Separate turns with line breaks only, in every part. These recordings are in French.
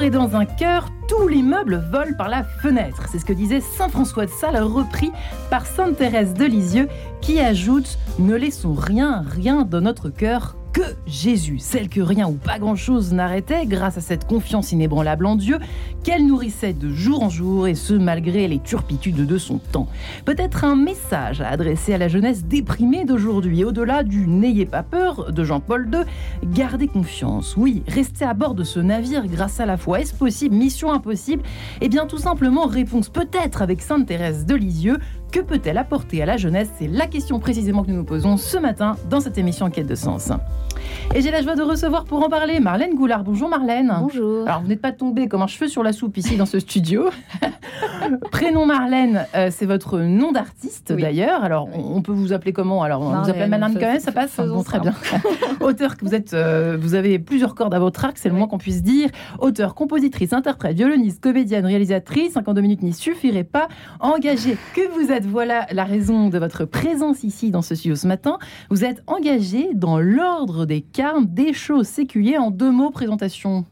et dans un cœur, tous les meubles volent par la fenêtre. C'est ce que disait saint François de Sales, repris par sainte Thérèse de Lisieux, qui ajoute « Ne laissons rien dans notre cœur que Jésus, celle que rien ou pas grand-chose n'arrêtait, grâce à cette confiance inébranlable en Dieu, qu'elle nourrissait de jour en jour, et ce malgré les turpitudes de son temps. » Peut-être un message à adresser à la jeunesse déprimée d'aujourd'hui, au-delà du « N'ayez pas peur » de Jean-Paul II, gardez confiance. Oui, restez à bord de ce navire grâce à la foi. Est-ce possible? Mission impossible? Eh bien, tout simplement, réponse peut-être avec sainte Thérèse de Lisieux. Que peut-elle apporter à la jeunesse? C'est la question précisément que nous nous posons ce matin dans cette émission Quête de sens. Et j'ai la joie de recevoir pour en parler Marlène Goulard. Bonjour Marlène.
Bonjour.
Alors vous n'êtes pas tombée comme un cheveu sur la soupe ici dans ce studio. Prénom Marlène, c'est votre nom d'artiste d'ailleurs. Alors on peut vous appeler comment? Alors on vous appelle Marlène quand même, ça passe? Bon, très bien. Auteur que vous êtes, vous avez plusieurs cordes à votre arc, c'est le moins qu'on puisse dire. Auteur, compositrice, interprète, violoniste, comédienne, réalisatrice. 52 minutes n'y suffiraient pas. Engagée que vous êtes, voilà la raison de votre présence ici dans ce studio ce matin. Vous êtes engagée dans l'ordre des Carmes des Chauds Séculiers. En 2 mots, présentation.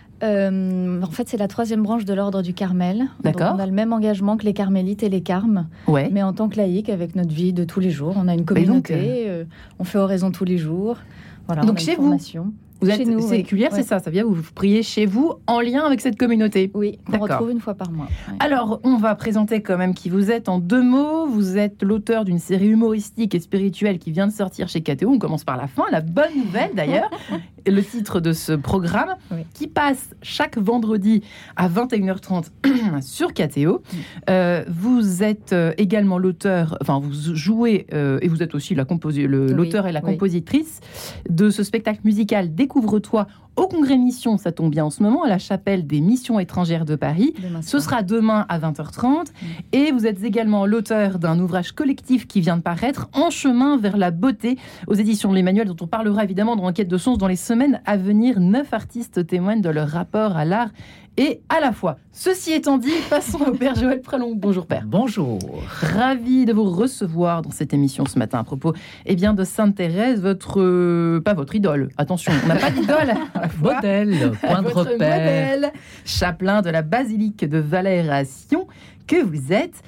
En fait, c'est la 3e branche de l'ordre du Carmel.
D'accord.
Donc, on a le même engagement que les carmélites et les carmes, mais en tant que laïque, avec notre vie de tous les jours. On a une communauté, on fait oraison tous les jours. Voilà,
donc chez vous, vous êtes
nous,
séculière, c'est ça? Ça veut dire que vous priez chez vous en lien avec cette communauté?
Oui, on retrouve une fois par mois. Ouais.
Alors, on va présenter quand même qui vous êtes en 2 mots. Vous êtes l'auteur d'une série humoristique et spirituelle qui vient de sortir chez KTO. On commence par la fin, la bonne nouvelle d'ailleurs. Le titre de ce programme qui passe chaque vendredi à 21h30 sur KTO. Vous êtes également l'auteur, enfin vous jouez et vous êtes aussi l'auteur et la compositrice de ce spectacle musical Découvre-toi au Congrès Mission, ça tombe bien en ce moment, à la chapelle des missions étrangères de Paris. Ce sera demain à 20h30. Et vous êtes également l'auteur d'un ouvrage collectif qui vient de paraître, En chemin vers la beauté, aux éditions de l'Emmanuel, dont on parlera évidemment dans Enquête de sens dans les semaines à venir. 9 artistes témoignent de leur rapport à l'art et à la fois. Ceci étant dit, passons au Père Joël Pralong. Bonjour Père.
Bonjour.
Ravi de vous recevoir dans cette émission ce matin à propos de Sainte Thérèse, pas votre idole. Attention, on n'a pas d'idole.
Modèle, point de repère.
Modèle, chapelain de la basilique de Valère à Sion, que vous êtes.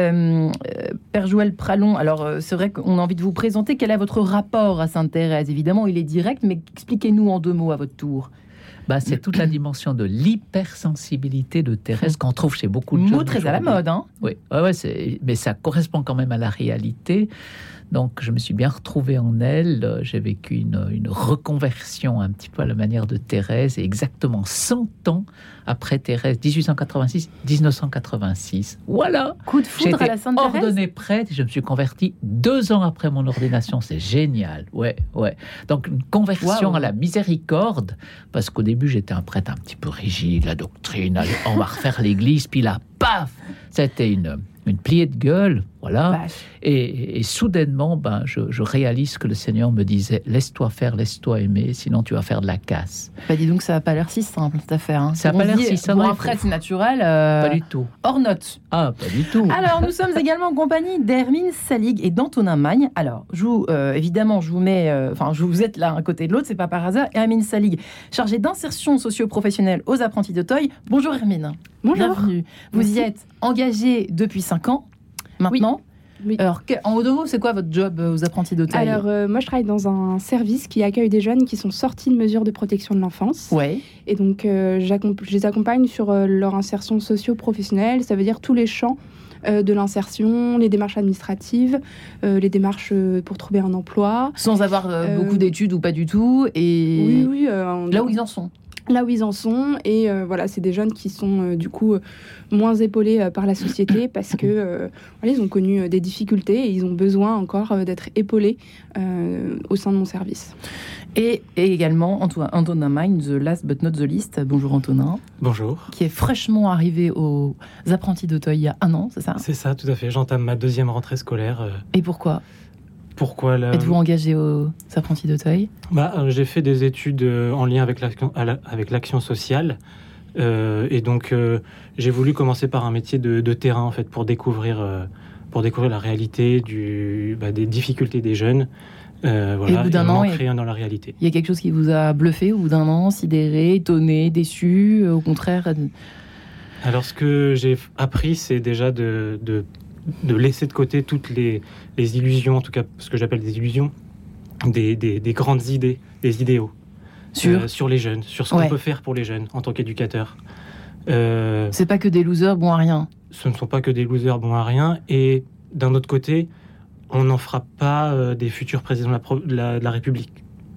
Père Joël Pralong, alors c'est vrai qu'on a envie de vous présenter. Quel est votre rapport à Sainte Thérèse? Évidemment, il est direct, mais expliquez-nous en 2 mots à votre tour.
C'est toute la dimension de l'hypersensibilité de Thérèse qu'on trouve chez beaucoup de gens.
Mot très à la mode, hein?
Oui, mais ça correspond quand même à la réalité. Donc, je me suis bien retrouvé en elle. J'ai vécu une reconversion un petit peu à la manière de Thérèse, et exactement 100 ans après Thérèse, 1886. Voilà.
Coup de foudre à la Sainte Thérèse.
J'étais ordonné prêtre et je me suis converti 2 ans après mon ordination. C'est génial. Ouais. Donc, une conversion à la miséricorde, parce qu'au début, j'étais un prêtre un petit peu rigide, la doctrine, allez, on va refaire l'église, puis là, paf, c'était une pliée de gueule, voilà. Et soudainement, je réalise que le Seigneur me disait, laisse-toi faire, laisse-toi aimer, sinon tu vas faire de la casse.
Dis donc, ça n'a pas l'air si simple, cette affaire. Hein.
Ça n'a pas l'air si simple.
Pour un prêtre naturel,
pas du tout.
Hors note.
Ah, pas du tout.
Alors, nous sommes également en compagnie d'Hermine Salig et d'Antonin Magne. Alors, évidemment, je vous mets, vous êtes l'un à côté de l'autre, c'est pas par hasard. Hermine Salig, chargée d'insertion socio-professionnelle aux apprentis d'Auteuil. Bonjour Hermine.
Bonjour.
Bienvenue. Vous y êtes engagée depuis 5 ans, maintenant.
Oui.
Alors, en haut de vous, c'est quoi votre job aux apprentis d'Auteuil?
Alors, moi, je travaille dans un service qui accueille des jeunes qui sont sortis de mesures de protection de l'enfance.
Ouais.
Et donc, je les accompagne sur leur insertion socio-professionnelle. Ça veut dire tous les champs de l'insertion, les démarches administratives, les démarches pour trouver un emploi.
Sans avoir beaucoup d'études ou pas du tout. Et
oui.
Là où ils en sont.
Là où ils en sont, et c'est des jeunes qui sont du coup moins épaulés par la société parce que ils ont connu des difficultés et ils ont besoin encore d'être épaulés au sein de mon service.
Et également Antonin Magne, the last but not the least. Bonjour Antonin.
Bonjour.
Qui est fraîchement arrivé aux apprentis d'Auteuil il y a 1 an, c'est ça?
C'est ça, tout à fait. J'entame ma 2e rentrée scolaire.
Et pourquoi
êtes-vous
engagé aux apprentis d'Auteuil?
J'ai fait des études en lien avec l'action sociale. Et donc, j'ai voulu commencer par un métier de terrain, en fait, pour découvrir la réalité des difficultés des jeunes. Voilà,
et au bout d'un an,
ancré dans la réalité.
Il y a quelque chose qui vous a bluffé au bout d'un an, sidéré, étonné, déçu, au contraire?
Alors, ce que j'ai appris, c'est déjà de laisser de côté toutes les illusions, en tout cas ce que j'appelle des illusions, des grandes idées, des idéaux sur les jeunes, sur ce qu'on peut faire pour les jeunes en tant qu'éducateur.
C'est pas que des losers bons à rien.
Ce ne sont pas que des losers bons à rien. Et d'un autre côté, on n'en fera pas des futurs présidents de la République.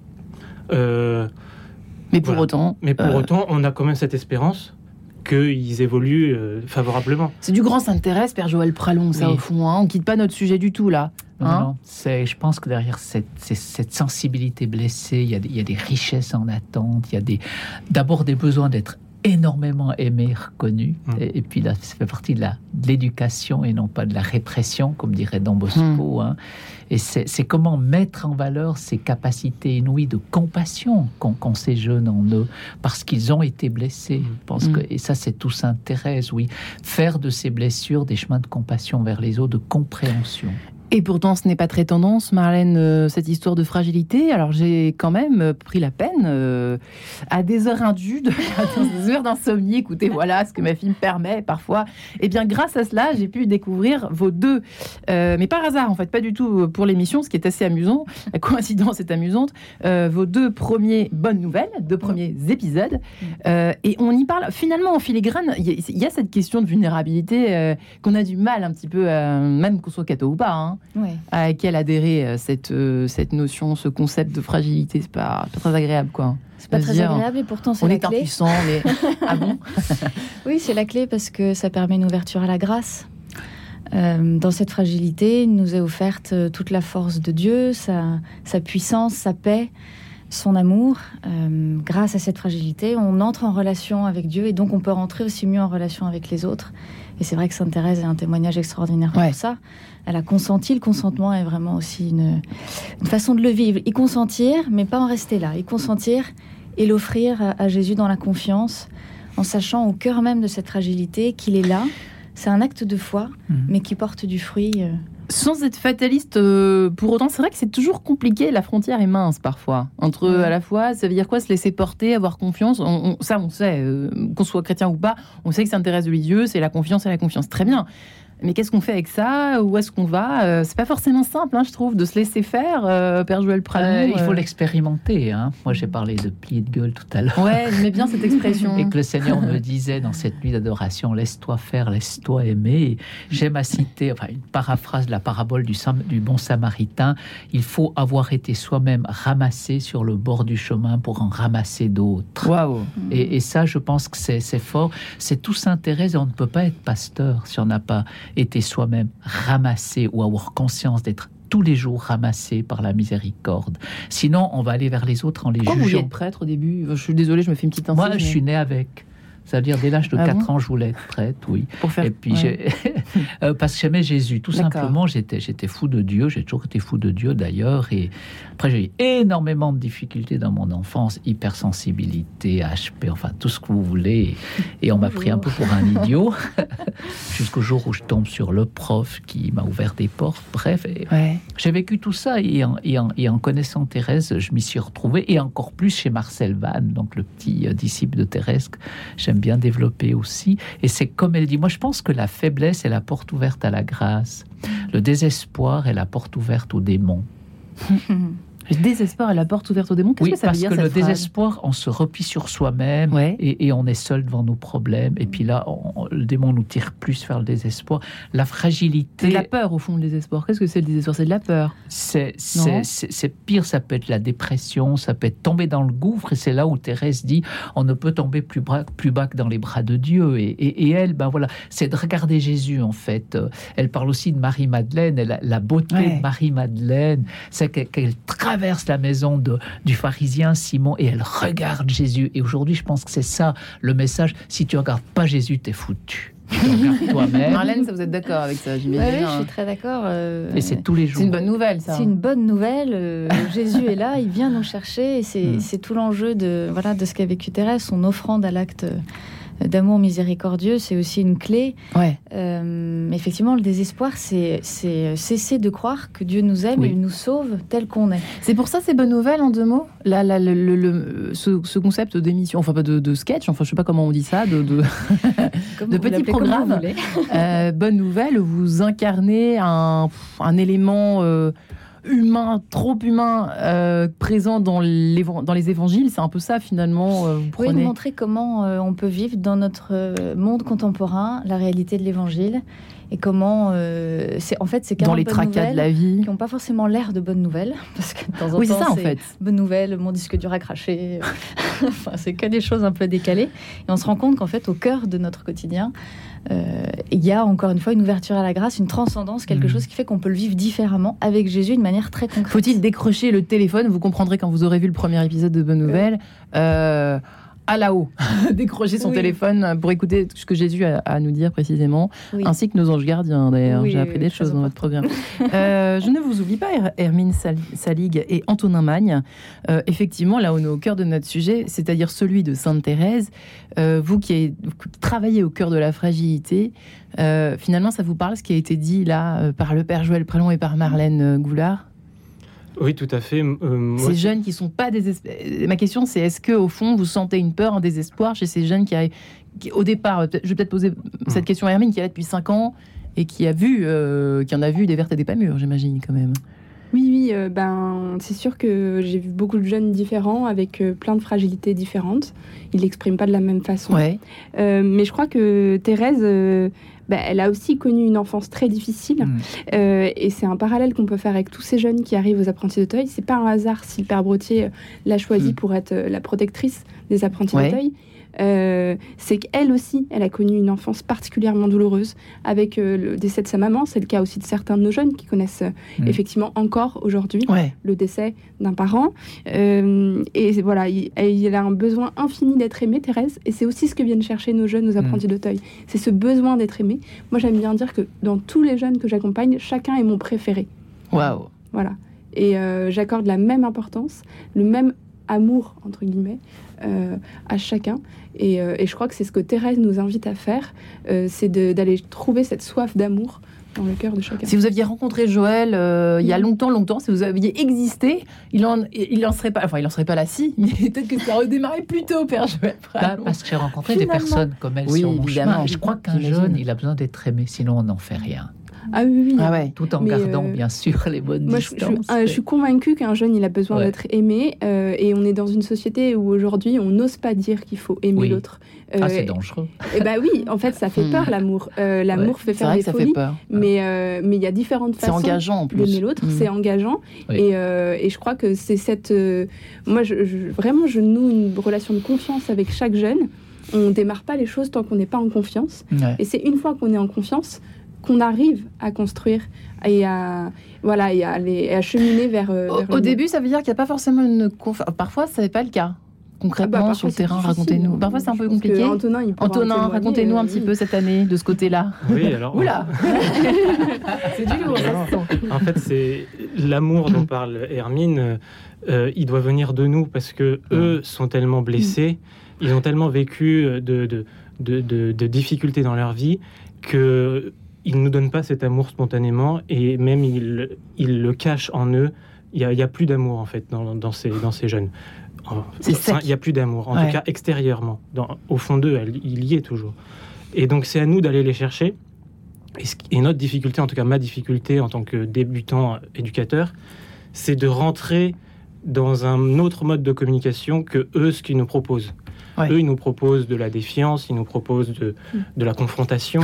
Mais pour autant,
on a quand même cette espérance qu'ils évoluent favorablement.
C'est du grand Sainte-Thérèse, Père Joël Pralon, ça au fond. On quitte pas notre sujet du tout là.
Non, je pense que derrière cette sensibilité blessée, il y a des richesses en attente, il y a d'abord des besoins d'être énormément aimé, reconnu, et puis là, ça fait partie de l'éducation et non pas de la répression, comme dirait Don Bosco. Et c'est comment mettre en valeur ces capacités inouïes de compassion qu'ont ces jeunes en eux, parce qu'ils ont été blessés. Je pense et ça, c'est tout Sainte-Thérèse, faire de ces blessures des chemins de compassion vers les autres, de compréhension.
Et pourtant, ce n'est pas très tendance, Marlène, cette histoire de fragilité. Alors, j'ai quand même pris la peine, à des heures indues, des heures d'insomnie, écoutez, voilà ce que ma fille me permet parfois. Et bien, grâce à cela, j'ai pu découvrir vos deux, mais par hasard, en fait, pas du tout pour l'émission, ce qui est assez amusant, la coïncidence est amusante, vos deux premiers bonnes nouvelles, deux premiers épisodes. Et on y parle, finalement, en filigrane, il y a cette question de vulnérabilité qu'on a du mal un petit peu, même qu'on soit catho ou pas, à laquelle adhérer cette notion, ce concept de fragilité, c'est pas très agréable, quoi.
C'est pas très agréable, et pourtant c'est la clé.
On est impuissant, mais ah bon?
Oui, c'est la clé parce que ça permet une ouverture à la grâce. Dans cette fragilité, il nous est offerte toute la force de Dieu, sa puissance, sa paix, son amour. Grâce à cette fragilité, on entre en relation avec Dieu et donc on peut rentrer aussi mieux en relation avec les autres. Et c'est vrai que Sainte-Thérèse est un témoignage extraordinaire pour ça. Elle a consenti. Le consentement est vraiment aussi une façon de le vivre. Y consentir, mais pas en rester là. Y consentir et l'offrir à Jésus dans la confiance, en sachant au cœur même de cette fragilité qu'il est là. C'est un acte de foi, mais qui porte du fruit.
Sans être fataliste, pour autant, c'est vrai que c'est toujours compliqué. La frontière est mince parfois. Entre à la fois, ça veut dire quoi? Se laisser porter, avoir confiance. Ça, on sait, qu'on soit chrétien ou pas, on sait que Sainte-Thérèse de Lisieux, c'est la confiance et la confiance. Très bien. Mais qu'est-ce qu'on fait avec ça? Où est-ce qu'on va? C'est pas forcément simple, je trouve, de se laisser faire, Père Joël Pralon.
Il faut l'expérimenter. Moi, j'ai parlé de plier de gueule tout à l'heure.
Ouais, j'aimais bien cette expression.
Et que le Seigneur me disait dans cette nuit d'adoration, laisse-toi faire, laisse-toi aimer. Et j'aime à citer, une paraphrase de la parabole du bon samaritain. Il faut avoir été soi-même ramassé sur le bord du chemin pour en ramasser d'autres.
Waouh.
Et ça, je pense que c'est fort. C'est tout Sainte-Thérèse, et on ne peut pas être pasteur si on n'a pas été soi-même ramassé ou avoir conscience d'être tous les jours ramassé par la miséricorde. Sinon, on va aller vers les autres en les jugeant.
Pourquoi vous vouliez être prêtre au début? Je suis désolée, je me fais une petite incise.
Moi, je suis né avec. C'est-à-dire, dès l'âge de 4 ans, je voulais être prêtre, oui.
Pour faire...
Et puis, parce que j'aimais Jésus. Tout simplement, j'étais fou de Dieu. J'ai toujours été fou de Dieu, d'ailleurs. Et après, j'ai eu énormément de difficultés dans mon enfance. Hypersensibilité, HP, tout ce que vous voulez. Et on m'a pris un peu pour un idiot. Jusqu'au jour où je tombe sur le prof qui m'a ouvert des portes. Bref, j'ai vécu tout ça. Et en connaissant Thérèse, je m'y suis retrouvé. Et encore plus chez Marcel Vannes, donc le petit disciple de Thérèse, j'aime bien développer aussi. Et c'est comme elle dit, moi je pense que la faiblesse est la porte ouverte à la grâce. Le désespoir est la porte ouverte aux démons.
Le désespoir est la porte ouverte aux démons. Qu'est-ce que ça veut dire,
parce que
cette
le
phrase?
désespoir, on se replie sur soi-même et on est seul devant nos problèmes. Et puis là, le démon nous tire plus vers le désespoir. La fragilité...
C'est de la peur, au fond, le désespoir. Qu'est-ce que c'est le désespoir? C'est de la peur.
C'est pire, ça peut être la dépression, ça peut être tomber dans le gouffre. Et c'est là où Thérèse dit, on ne peut tomber plus bas que dans les bras de Dieu. Et elle, c'est de regarder Jésus, en fait. Elle parle aussi de Marie-Madeleine, la beauté de Marie-Madeleine. C'est qu'elle traverse la maison du pharisien Simon et elle regarde Jésus. Et aujourd'hui, je pense que c'est ça le message. Si tu regardes pas Jésus, t'es foutu. Tu te regardes toi-même.
Marlène, vous êtes d'accord avec ça, j'imagine?
Oui, je suis très d'accord.
Et c'est tous les jours.
C'est une bonne nouvelle, ça.
C'est une bonne nouvelle. Jésus est là, il vient nous chercher. Et c'est tout l'enjeu de ce qu'a vécu Thérèse, son offrande à l'acte d'amour miséricordieux, c'est aussi une clé.
Ouais.
Effectivement, le désespoir, c'est cesser de croire que Dieu nous aime et nous sauve tel qu'on est.
C'est pour ça ces bonnes nouvelles en 2 mots. Ce concept d'émission, enfin pas de sketch, enfin je sais pas comment on dit ça, de petits programmes. Bonne nouvelle, vous incarnez un élément humain, trop humain, présent dans les évangiles. C'est un peu ça finalement. Vous prenez...
Oui, montrer comment on peut vivre dans notre monde contemporain la réalité de l'évangile et comment c'est 40
dans les tracas de la vie
qui n'ont pas forcément l'air de bonnes nouvelles, parce que de temps en temps
c'est ça en fait.
Bonne nouvelle, mon disque dur a craché. Enfin, c'est que des choses un peu décalées. Et on se rend compte qu'en fait, au cœur de notre quotidien, il y a encore une fois une ouverture à la grâce, une transcendance, quelque chose qui fait qu'on peut le vivre différemment avec Jésus de manière très concrète.
Faut-il décrocher le téléphone? Vous comprendrez quand vous aurez vu le premier épisode de Bonne Nouvelle. À là-haut, décrocher son téléphone pour écouter ce que Jésus a à nous dire précisément, ainsi que nos anges gardiens d'ailleurs. J'ai appris des choses dans votre programme. Je ne vous oublie pas, Hermine Salig et Antonin Magne. Effectivement, là on est au cœur de notre sujet, c'est-à-dire celui de Sainte Thérèse. Vous qui travaillez au cœur de la fragilité, finalement ça vous parle ce qui a été dit là par le Père Joël Prélon et par Marlène Goulard?
Oui, tout à fait.
Ces jeunes qui sont pas désespérés. Ma question, c'est est-ce que au fond vous sentez une peur, un désespoir chez ces jeunes qui au départ, je vais peut-être poser cette question à Hermine, qui est là depuis 5 ans et qui en a vu des vertes et des pas mûres, j'imagine quand même.
Oui, c'est sûr que j'ai vu beaucoup de jeunes différents avec plein de fragilités différentes. Ils l'expriment pas de la même façon.
Ouais.
Mais je crois que Thérèse, elle a aussi connu une enfance très difficile. Et c'est un parallèle qu'on peut faire avec tous ces jeunes qui arrivent aux apprentis d'Auteuil. C'est pas un hasard si le Père Brottier l'a choisi pour être la protectrice des apprentis d'Auteuil. C'est qu'elle aussi, elle a connu une enfance particulièrement douloureuse avec le décès de sa maman. C'est le cas aussi de certains de nos jeunes qui connaissent effectivement encore aujourd'hui le décès d'un parent. Et voilà, il a un besoin infini d'être aimé, Thérèse. Et c'est aussi ce que viennent chercher nos jeunes, nos apprentis d'Auteuil. C'est ce besoin d'être aimé. Moi, j'aime bien dire que dans tous les jeunes que j'accompagne, chacun est mon préféré.
Waouh.
Voilà. Et j'accorde la même importance, le même amour, entre guillemets, à chacun. Et je crois que c'est ce que Thérèse nous invite à faire, c'est d'aller trouver cette soif d'amour dans le cœur de chacun.
Si vous aviez rencontré Joël il y a longtemps, si vous aviez existé, il en serait pas là, si, mais peut-être que ça redémarrait plus tôt, Père Joël.
Parce que j'ai rencontré des personnes comme elle sur mon chemin. Et je crois qu'un jeune, il a besoin d'être aimé, sinon on n'en fait rien.
Ah oui.
Tout en gardant bien sûr les bonnes distances.
Je suis convaincue qu'un jeune, il a besoin d'être aimé, et on est dans une société où aujourd'hui on n'ose pas dire qu'il faut aimer l'autre.
C'est dangereux.
Et oui, en fait ça fait peur, l'amour. L'amour fait faire des folies, mais il y a différentes façons d'aimer l'autre. C'est engageant, et je crois que c'est cette... moi vraiment je noue une relation de confiance avec chaque jeune. On démarre pas les choses tant qu'on n'est pas en confiance, et c'est une fois qu'on est en confiance qu'on arrive à construire et à cheminer vers
au début, ça veut dire qu'il n'y a pas forcément une confiance. Parfois, ça n'est pas le cas. Concrètement, sur le terrain, racontez-nous. Parfois, c'est un peu compliqué. Antonin, racontez-nous un petit peu cette année, de ce côté-là.
Oui, alors...
Oula. C'est du lourd.
En fait, c'est l'amour dont parle Hermine. Il doit venir de nous parce que eux sont tellement blessés, ils ont tellement vécu de difficultés dans leur vie que ils ne nous donnent pas cet amour spontanément, et même ils le cachent en eux. Il n'y a plus d'amour en fait dans ces jeunes. Il n'y a plus d'amour, en tout cas extérieurement. Au fond d'eux, il y est toujours. Et donc c'est à nous d'aller les chercher. Et notre difficulté, en tout cas ma difficulté en tant que débutant éducateur, c'est de rentrer dans un autre mode de communication que eux, ce qu'ils nous proposent. Eux, ils nous proposent de la défiance, ils nous proposent de la confrontation.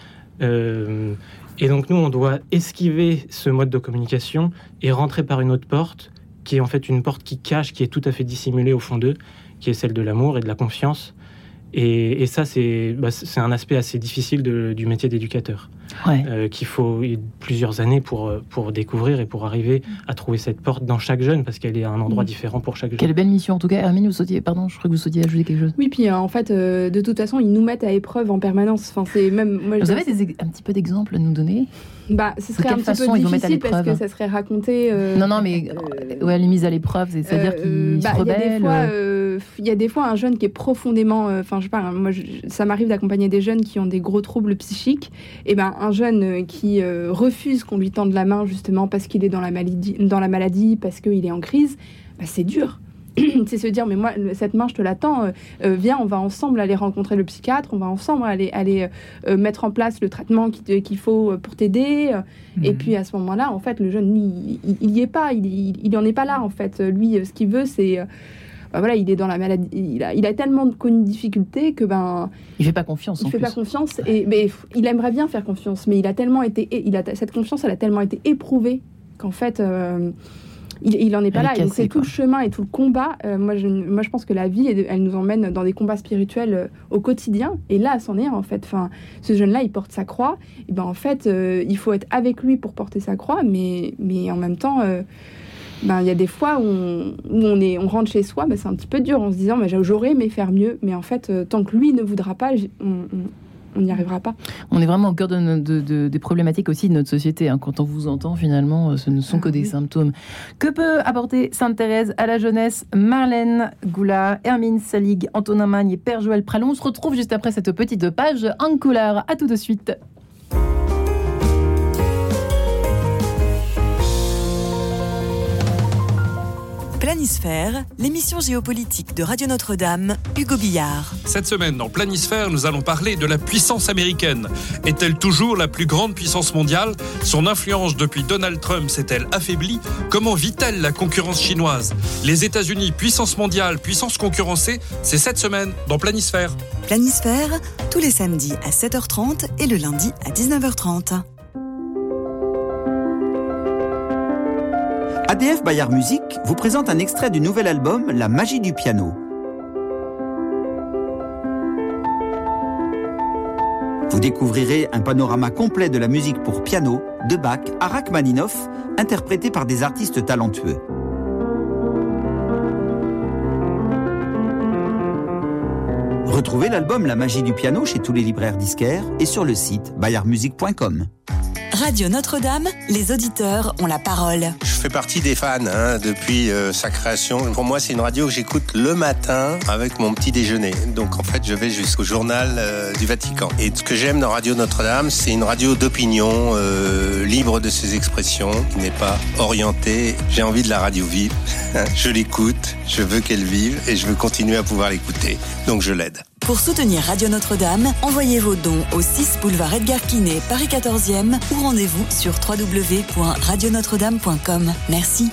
Et donc nous, on doit esquiver ce mode de communication et rentrer par une autre porte, qui est en fait une porte qui cache, qui est tout à fait dissimulée au fond d'eux, qui est celle de l'amour et de la confiance. Et ça, c'est un aspect assez difficile du métier d'éducateur, qu'il faut plusieurs années pour découvrir et pour arriver à trouver cette porte dans chaque jeune, parce qu'elle est à un endroit différent pour chaque jeune.
Quelle belle mission. En tout cas, Hermine, je crois que vous sautiez ajouter quelque chose.
Oui, puis en fait, de toute façon, ils nous mettent à épreuve en permanence. Enfin, c'est même, moi,
vous avez un petit peu d'exemples à nous donner?
Ce serait un petit peu difficile parce que ça serait raconté...
Non, mais les mises à l'épreuve, c'est-à-dire qu'ils se rebellent.
Il y a des fois... il y a des fois un jeune qui est profondément... ça m'arrive d'accompagner des jeunes qui ont des gros troubles psychiques. Et ben, un jeune qui refuse qu'on lui tende la main, justement, parce qu'il est dans la maladie, parce qu'il est en crise, c'est dur. C'est se dire, mais moi, cette main, je te l'attends, viens, on va ensemble aller rencontrer le psychiatre, on va ensemble aller mettre en place le traitement qu'il faut pour t'aider. Et puis, à ce moment-là, en fait, le jeune, il n'y est pas, il n'en est pas là, en fait. Lui, ce qu'il veut, c'est... il est dans la maladie, il a tellement connu de difficultés que
il fait pas confiance.
Mais il aimerait bien faire confiance, mais cette confiance, elle a tellement été éprouvée qu'en fait... il n'en est pas là, et donc c'est tout le chemin et tout le combat. Moi, je pense que la vie, elle nous emmène dans des combats spirituels au quotidien, et là, c'en est un, en fait. Enfin, ce jeune-là, il porte sa croix, et en fait, il faut être avec lui pour porter sa croix, mais en même temps, il y a des fois où on rentre chez soi, c'est un petit peu dur en se disant, j'aurais aimé faire mieux, mais en fait, tant que lui ne voudra pas, on n'y arrivera pas.
On est vraiment au cœur des problématiques aussi de notre société. Quand on vous entend, finalement, ce ne sont que des symptômes. Que peut apporter Sainte-Thérèse à la jeunesse? Marlène Goulard, Hermine Salig, Antonin Magne et Père Joël Pralon. On se retrouve juste après cette petite page en couleur. À tout de suite.
Planisphère, l'émission géopolitique de Radio Notre-Dame, Hugo Billard.
Cette semaine, dans Planisphère, nous allons parler de la puissance américaine. Est-elle toujours la plus grande puissance mondiale? Son influence depuis Donald Trump s'est-elle affaiblie? Comment vit-elle la concurrence chinoise? Les États-Unis, puissance mondiale, puissance concurrencée, c'est cette semaine dans Planisphère.
Planisphère, tous les samedis à 7h30 et le lundi à 19h30.
ADF Bayard Musique vous présente un extrait du nouvel album La magie du piano. Vous découvrirez un panorama complet de la musique pour piano de Bach à Rachmaninoff, interprété par des artistes talentueux. Retrouvez l'album La magie du piano chez tous les libraires disquaires et sur le site bayardmusique.com.
Radio Notre-Dame, les auditeurs ont la parole.
Je fais partie des fans depuis sa création. Pour moi, c'est une radio que j'écoute le matin avec mon petit déjeuner. Donc en fait, je vais jusqu'au journal du Vatican. Et ce que j'aime dans Radio Notre-Dame, c'est une radio d'opinion, libre de ses expressions, qui n'est pas orientée. J'ai envie de la radio vive. Je l'écoute, je veux qu'elle vive et je veux continuer à pouvoir l'écouter. Donc je l'aide.
Pour soutenir Radio Notre-Dame, envoyez vos dons au 6 boulevard Edgar Quinet, Paris 14e ou rendez-vous sur www.radionotre-dame.com. Merci.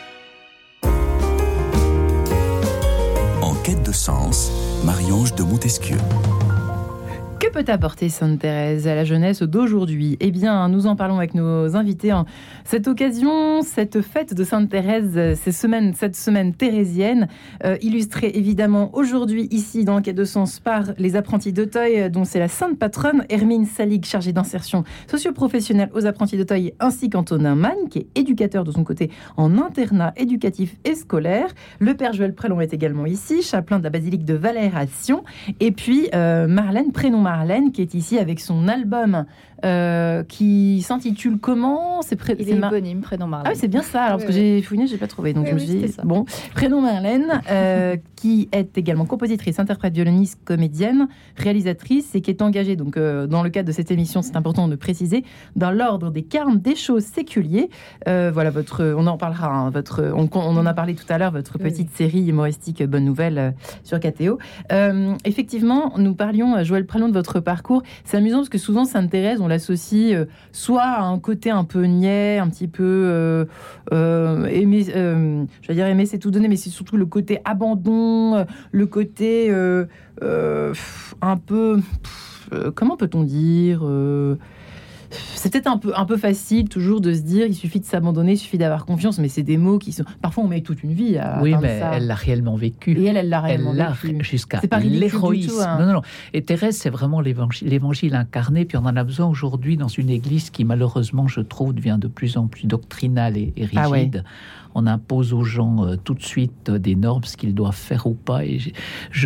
En quête de sens, Marie-Ange de Montesquieu.
Que peut apporter Sainte-Thérèse à la jeunesse d'aujourd'hui? Eh bien, nous en parlons avec nos invités. Cette occasion, cette fête de Sainte-Thérèse, cette semaine thérésienne, illustrée évidemment aujourd'hui ici dans Quête de Sens par les apprentis d'Auteuil, dont c'est la sainte patronne Hermine Salig, chargée d'insertion socio-professionnelle aux apprentis d'Auteuil, ainsi qu'Antonin Magne, qui est éducateur de son côté en internat éducatif et scolaire. Le Père Joël Pralon est également ici, chapelain de la basilique de Valère-à-Sion. Et puis Marlène, prénom Marlène, qui est ici avec son album qui s'intitule comment?
Il est éponyme, prénom Marlène.
Ah oui, c'est bien ça. Alors, parce que j'ai fouiné, j'ai pas trouvé. Donc, je me suis dit, bon, prénom Marlène, qui est également compositrice, interprète, violoniste, comédienne, réalisatrice et qui est engagée, donc, dans le cadre de cette émission, c'est important de préciser, dans l'ordre des carmes des choses séculiers. Voilà, on en parlera, on en a parlé tout à l'heure, votre petite série humoristique Bonne Nouvelle sur KTO. Effectivement, nous parlions, Joël Pralon, de votre parcours. C'est amusant parce que souvent, Sainte-Thérèse, on l'associe soit à un côté un peu niais, un petit peu aimer, je vais dire aimer c'est tout donner, mais c'est surtout le côté abandon, le côté un peu, comment peut-on dire, c'est peut-être un peu facile toujours de se dire il suffit de s'abandonner, il suffit d'avoir confiance, mais c'est des mots qui sont... Parfois on met toute une vie à
oui, mais
ça.
Elle l'a réellement vécu.
Et elle l'a réellement vécu.
Jusqu'à
c'est pas
l'héroïsme.
Tout,
Non. Et Thérèse, c'est vraiment l'évangile incarné, puis on en a besoin aujourd'hui dans une église qui malheureusement, je trouve, devient de plus en plus doctrinale et rigide. Ah ouais. On impose aux gens tout de suite des normes, ce qu'ils doivent faire ou pas. Et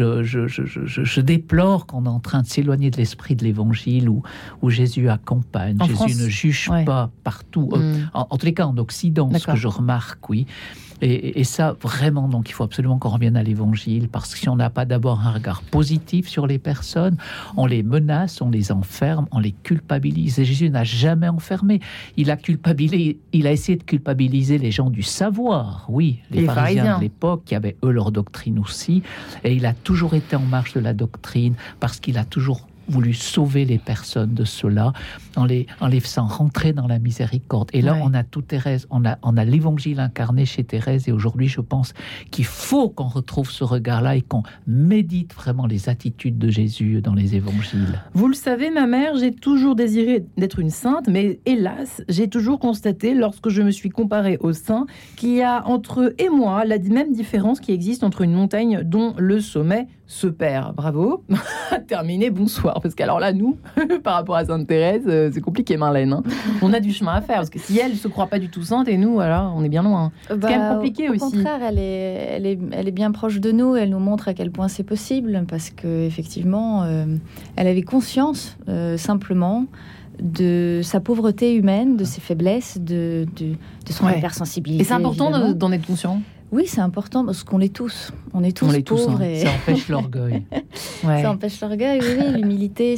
je déplore qu'on est en train de s'éloigner de l'esprit de l'évangile où Jésus accompagne,
En
Jésus
France,
ne juge pas partout. En tous les cas, en Occident, ce que je remarque, oui. Et ça, vraiment, donc il faut absolument qu'on revienne à l'Évangile, parce que si on n'a pas d'abord un regard positif sur les personnes, on les menace, on les enferme, on les culpabilise. Et Jésus n'a jamais enfermé. Il a essayé de culpabiliser les gens du savoir, oui, les pharisiens de l'époque, qui avaient eux leur doctrine aussi. Et il a toujours été en marge de la doctrine, parce qu'il a toujours voulu sauver les personnes de cela en les faisant rentrer dans la miséricorde. Et là, on a tout Thérèse, on a l'évangile incarné chez Thérèse, et aujourd'hui, je pense qu'il faut qu'on retrouve ce regard-là et qu'on médite vraiment les attitudes de Jésus dans les évangiles.
Vous le savez, ma mère, j'ai toujours désiré d'être une sainte, mais hélas, j'ai toujours constaté, lorsque je me suis comparée aux saints, qu'il y a entre eux et moi la même différence qui existe entre une montagne dont le sommet se perd. Bravo. Terminé, bonsoir. Parce qu'alors là, nous, par rapport à Sainte Thérèse, c'est compliqué, Marlène. Hein. On a du chemin à faire. Parce que si elle se croit pas du tout sainte, et nous, alors, on est bien loin. C'est quand même compliqué aussi.
Au contraire, elle est bien proche de nous. Elle nous montre à quel point c'est possible. Parce qu'effectivement, elle avait conscience, simplement, de sa pauvreté humaine, de ses faiblesses, de son hypersensibilité.
Et c'est important d'en être conscient.
Oui, c'est important parce qu'on l'est tous. On est tous pauvres. Et...
Ça empêche l'orgueil.
Ça empêche l'orgueil, oui. L'humilité,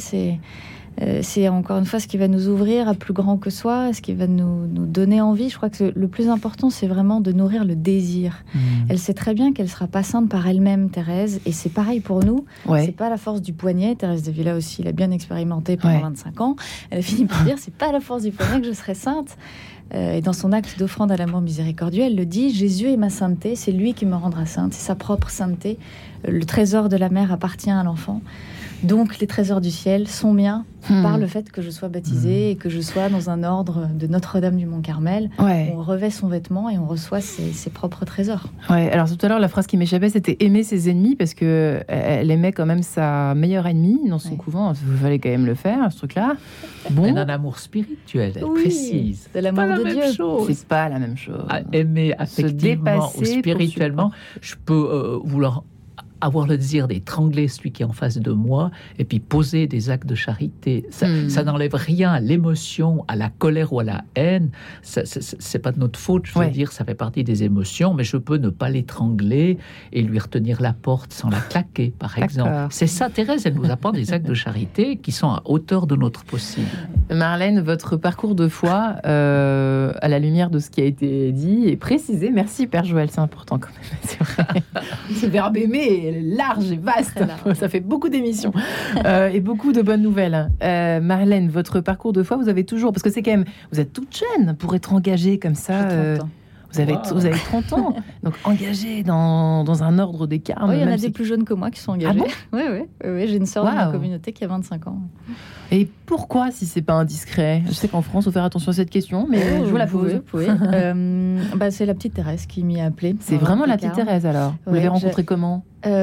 c'est encore une fois ce qui va nous ouvrir à plus grand que soi, ce qui va nous donner envie. Je crois que le plus important, c'est vraiment de nourrir le désir. Elle sait très bien qu'elle ne sera pas sainte par elle-même, Thérèse, et c'est pareil pour nous. C'est pas la force du poignet. Thérèse d'Avila aussi l'a bien expérimenté pendant 25 ans. Elle a fini par dire, c'est pas la force du poignet que je serai sainte. Et dans son acte d'offrande à l'amour miséricordieux, elle le dit, Jésus est ma sainteté, c'est lui qui me rendra sainte, c'est sa propre sainteté. Le trésor de la mère appartient à l'enfant. Donc les trésors du ciel sont miens par le fait que je sois baptisée et que je sois dans un ordre de Notre-Dame du Mont-Carmel. On revêt son vêtement et on reçoit ses propres trésors.
Alors tout à l'heure, la phrase qui m'échappait, c'était aimer ses ennemis, parce qu'elle aimait quand même sa meilleure ennemie dans son couvent. Il fallait quand même le faire, ce truc-là.
Mais d'un amour spirituel, elle précise.
De l'amour de Dieu.
C'est pas la même chose.
Aimer affectivement ou spirituellement, je peux vouloir avoir le désir d'étrangler celui qui est en face de moi, et puis poser des actes de charité. Ça n'enlève rien à l'émotion, à la colère ou à la haine. C'est pas de notre faute, je veux dire, ça fait partie des émotions, mais je peux ne pas l'étrangler et lui retenir la porte sans la claquer, par exemple. C'est ça, Thérèse, elle nous apprend des actes de charité qui sont à hauteur de notre possible.
Marlène, votre parcours de foi, à la lumière de ce qui a été dit et précisé, merci Père Joël, c'est important quand même, c'est vrai. Ce verbe aimer large et vaste, ça fait beaucoup d'émissions et beaucoup de bonnes nouvelles. Marlène, votre parcours de foi, vous avez toujours, parce que c'est quand même, vous êtes toute jeune pour être engagée comme ça. Vous avez 30 ans, donc engagée dans un ordre des carmes.
Oui, il y en a des plus jeunes que moi qui sont engagés.
Ah bon
oui, j'ai une sœur dans ma communauté qui a 25 ans.
Et pourquoi, si c'est pas indiscret? Je sais qu'en France, il faut faire attention à cette question, mais je vous la pose.
C'est la petite Thérèse qui m'y a appelée.
C'est vraiment la petite Thérèse, alors? Vous l'avez rencontrée comment?
C'est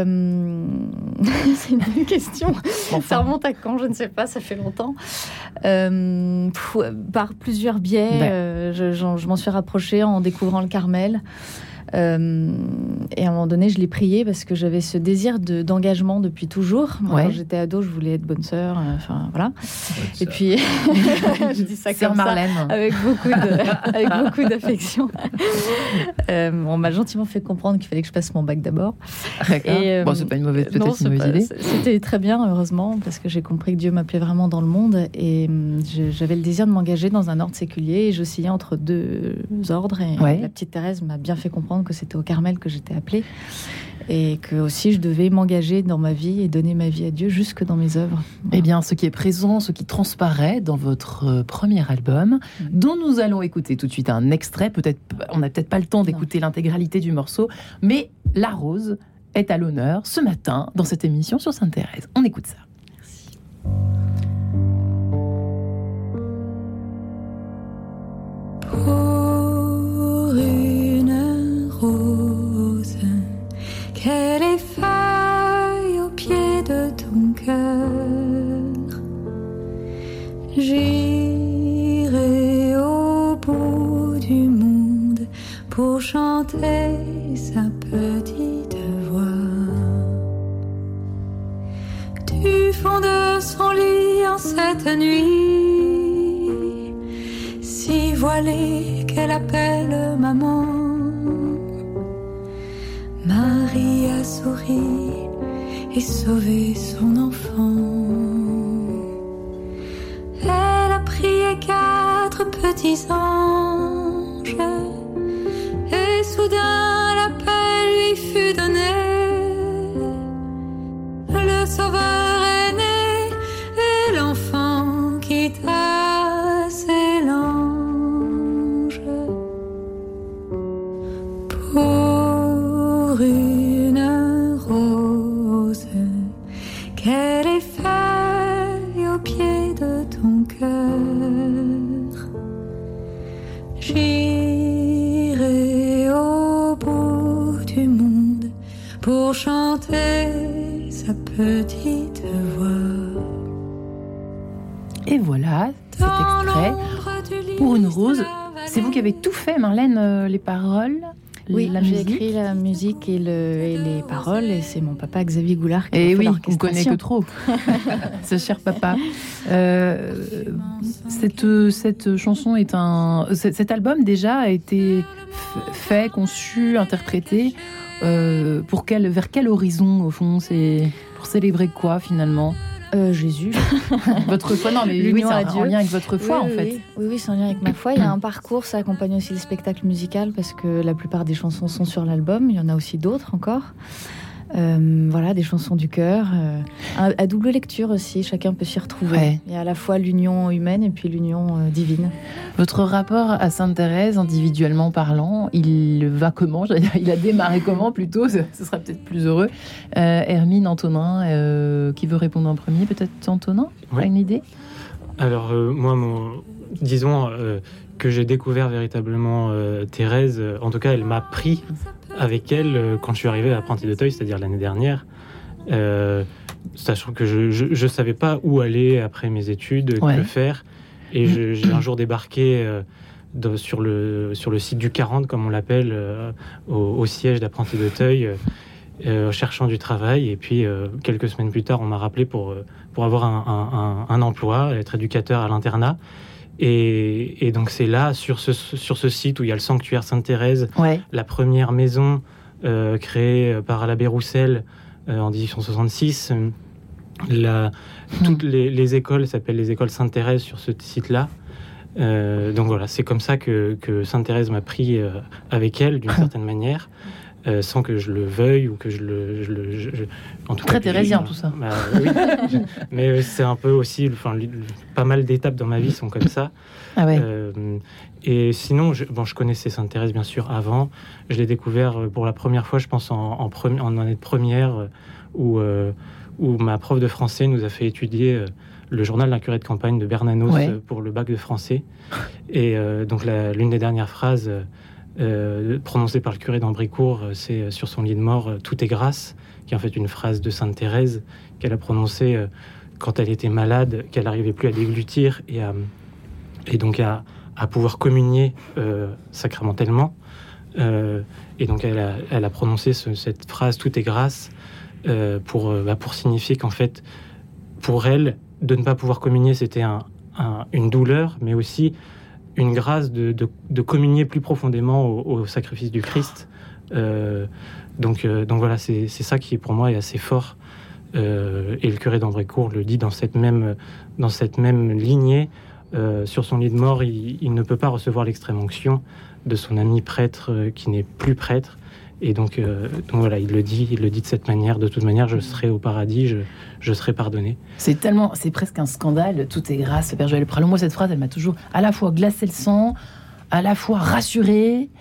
une bonne question. Ça remonte à quand? Je ne sais pas, ça fait longtemps. Par plusieurs biais, je m'en suis rapprochée en découvrant le Carmel. Et à un moment donné, je l'ai prié parce que j'avais ce désir d'engagement depuis toujours. Quand j'étais ado, je voulais être bonne sœur. Voilà. Et puis, je dis ça comme
Marlène.
Ça, avec beaucoup d'affection. On m'a gentiment fait comprendre qu'il fallait que je passe mon bac d'abord.
Bon, c'est pas une mauvaise idée.
C'était très bien, heureusement, parce que j'ai compris que Dieu m'appelait vraiment dans le monde. Et j'avais le désir de m'engager dans un ordre séculier. Et j'oscillais entre deux ordres. Et la petite Thérèse m'a bien fait comprendre que c'était au Carmel que j'étais appelée et que aussi je devais m'engager dans ma vie et donner ma vie à Dieu jusque dans mes œuvres.
Eh bien, ce qui est présent, ce qui transparaît dans votre premier album, dont nous allons écouter tout de suite un extrait. On n'a peut-être pas le temps d'écouter l'intégralité du morceau, mais La Rose est à l'honneur ce matin dans cette émission sur Sainte Thérèse. On écoute ça.
Merci.
Rose, qu'elle est feuille au pied de ton cœur. J'irai au bout du monde pour chanter sa petite voix. Du fond de son lit en cette nuit voilée qu'elle appelle maman. Marie a souri et sauvé son enfant. Elle a prié 4 petits anges et soudain la paix lui fut donnée. Le Sauveur est né et l'enfant quitta ses langes. Pour une rose qu'elle est feuille au pied de ton cœur, j'irai au bout du monde pour chanter sa petite voix.
Et voilà, cet extrait pour une rose. C'est vous qui avez tout fait, Marlène, les paroles,
Oui,
la
j'ai
musique.
écrit la musique et les paroles, et c'est mon papa Xavier Goulard qui
Et
a fait
oui, on
l'orchestration.
connaît que trop, ce cher papa. Cette chanson est cet album déjà a été fait, conçu, interprété vers quel horizon au fond? C'est pour célébrer quoi finalement?
Jésus.
Votre foi, non mais oui,
L'union
c'est
à
en
Dieu.
lien avec votre foi en fait.
Oui, c'est en lien avec ma foi. Il y a un parcours, ça accompagne aussi le spectacle musical parce que la plupart des chansons sont sur l'album. Il y en a aussi d'autres encore. Voilà, des chansons du cœur. À double lecture aussi, chacun peut s'y retrouver.
Ouais.
Il y a à la fois l'union humaine et puis l'union divine.
Votre rapport à Sainte Thérèse, individuellement parlant, il va comment? Il a démarré comment plutôt? Ce sera peut-être plus heureux. Hermine, Antonin, qui veut répondre en premier? Peut-être Antonin?
Ouais.
T'as une idée?
Alors, moi, disons que j'ai découvert véritablement Thérèse. En tout cas, elle m'a pris avec elle quand je suis arrivé à Apprenti d'Auteuil, c'est-à-dire l'année dernière. Sachant que je ne savais pas où aller après mes études,
Ouais.
que faire. Et j'ai un jour débarqué sur le site du 40, comme on l'appelle, au siège d'Apprenti d'Auteuil, cherchant du travail. Et puis, quelques semaines plus tard, on m'a rappelé pour avoir un emploi, être éducateur à l'internat. Et donc, c'est là, sur ce site où il y a le sanctuaire Sainte-Thérèse,
Ouais.
la première maison créée par l'abbé Roussel en 1866. Toutes les écoles s'appellent les écoles Sainte-Thérèse sur ce site-là. Donc voilà, c'est comme ça que Sainte-Thérèse m'a pris avec elle, d'une certaine manière, sans que je le veuille ou que en tout
Très
cas,
thérésien, tout ça.
Oui, mais c'est un peu aussi, pas mal d'étapes dans ma vie sont comme ça.
Ah ouais.
Et sinon, je connaissais Sainte-Thérèse bien sûr avant. Je l'ai découvert pour la première fois, je pense, en année de première, où ma prof de français nous a fait étudier le journal d'un curé de campagne de Bernanos pour le bac de français. Et donc l'une des dernières phrases prononcée par le curé d'Ambricourt, c'est sur son lit de mort, « Tout est grâce », qui est en fait une phrase de Sainte-Thérèse qu'elle a prononcée quand elle était malade, qu'elle n'arrivait plus à déglutir et donc à pouvoir communier sacramentellement. Et donc elle a prononcé cette phrase « Tout est grâce » pour signifier qu'en fait, pour elle, de ne pas pouvoir communier, c'était une douleur, mais aussi une grâce de communier plus profondément au sacrifice du Christ. Donc voilà, c'est ça qui, pour moi, est assez fort. Et le curé d'Ambricourt le dit dans cette même lignée. Sur son lit de mort, il ne peut pas recevoir l'extrême-onction de son ami prêtre qui n'est plus prêtre. Et donc voilà, il le dit de cette manière. De toute manière, je serai au paradis, je serai pardonné.
C'est presque un scandale. Tout est grâce, Père Joël Pralon. Moi, cette phrase, elle m'a toujours à la fois glacé le sang, à la fois rassuré.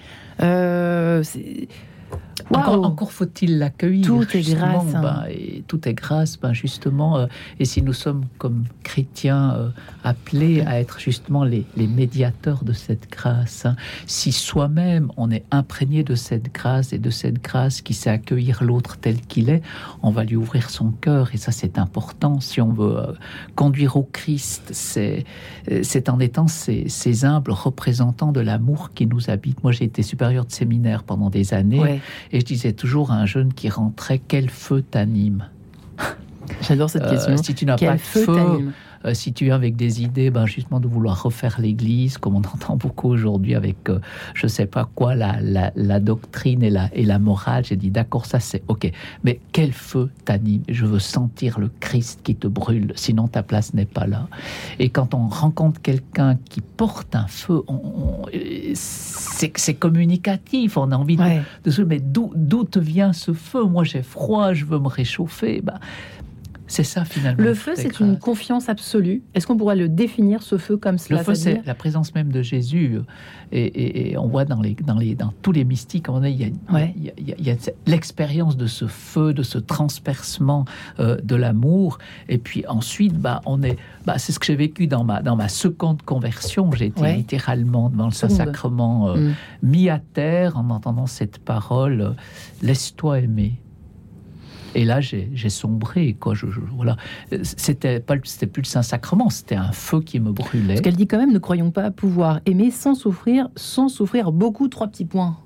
Encore faut-il l'accueillir.
Tout est
justement,
grâce.
Et tout est grâce, justement. Et si nous sommes, comme chrétiens, appelés à être justement les médiateurs de cette grâce, si soi-même on est imprégné de cette grâce et de cette grâce qui sait accueillir l'autre tel qu'il est, on va lui ouvrir son cœur. Et ça, c'est important. Si on veut conduire au Christ, c'est en étant ces humbles représentants de l'amour qui nous habite. Moi, j'ai été supérieur de séminaire pendant des années.
Ouais.
Et je disais toujours à un jeune qui rentrait, quel feu t'anime?
J'adore cette question.
Si tu n'as
Quel
pas de
feu
feu,
t'anime
si tu viens avec des idées, justement de vouloir refaire l'Église, comme on entend beaucoup aujourd'hui avec, je sais pas quoi, la doctrine et la morale, j'ai dit d'accord, ça c'est ok. Mais quel feu t'anime? Je veux sentir le Christ qui te brûle, sinon ta place n'est pas là. Et quand on rencontre quelqu'un qui porte un feu, c'est communicatif, on a envie de mais d'où te vient ce feu? Moi j'ai froid, je veux me réchauffer. C'est ça finalement.
Le feu, c'est une confiance absolue. Est-ce qu'on pourrait le définir, ce feu, comme cela?
Le feu, c'est la présence même de Jésus. Et on voit dans tous les mystiques, il y a l'expérience de ce feu, de ce transpercement de l'amour. Et puis ensuite, c'est ce que j'ai vécu dans ma seconde conversion. J'ai été littéralement devant le Saint-Sacrement mis à terre en entendant cette parole « Laisse-toi aimer ». Et là, j'ai sombré, quoi. Voilà. C'était plus le Saint-Sacrement, c'était un feu qui me brûlait.
Ce qu'elle dit quand même, ne croyons pas pouvoir aimer sans souffrir beaucoup, 3 petits points.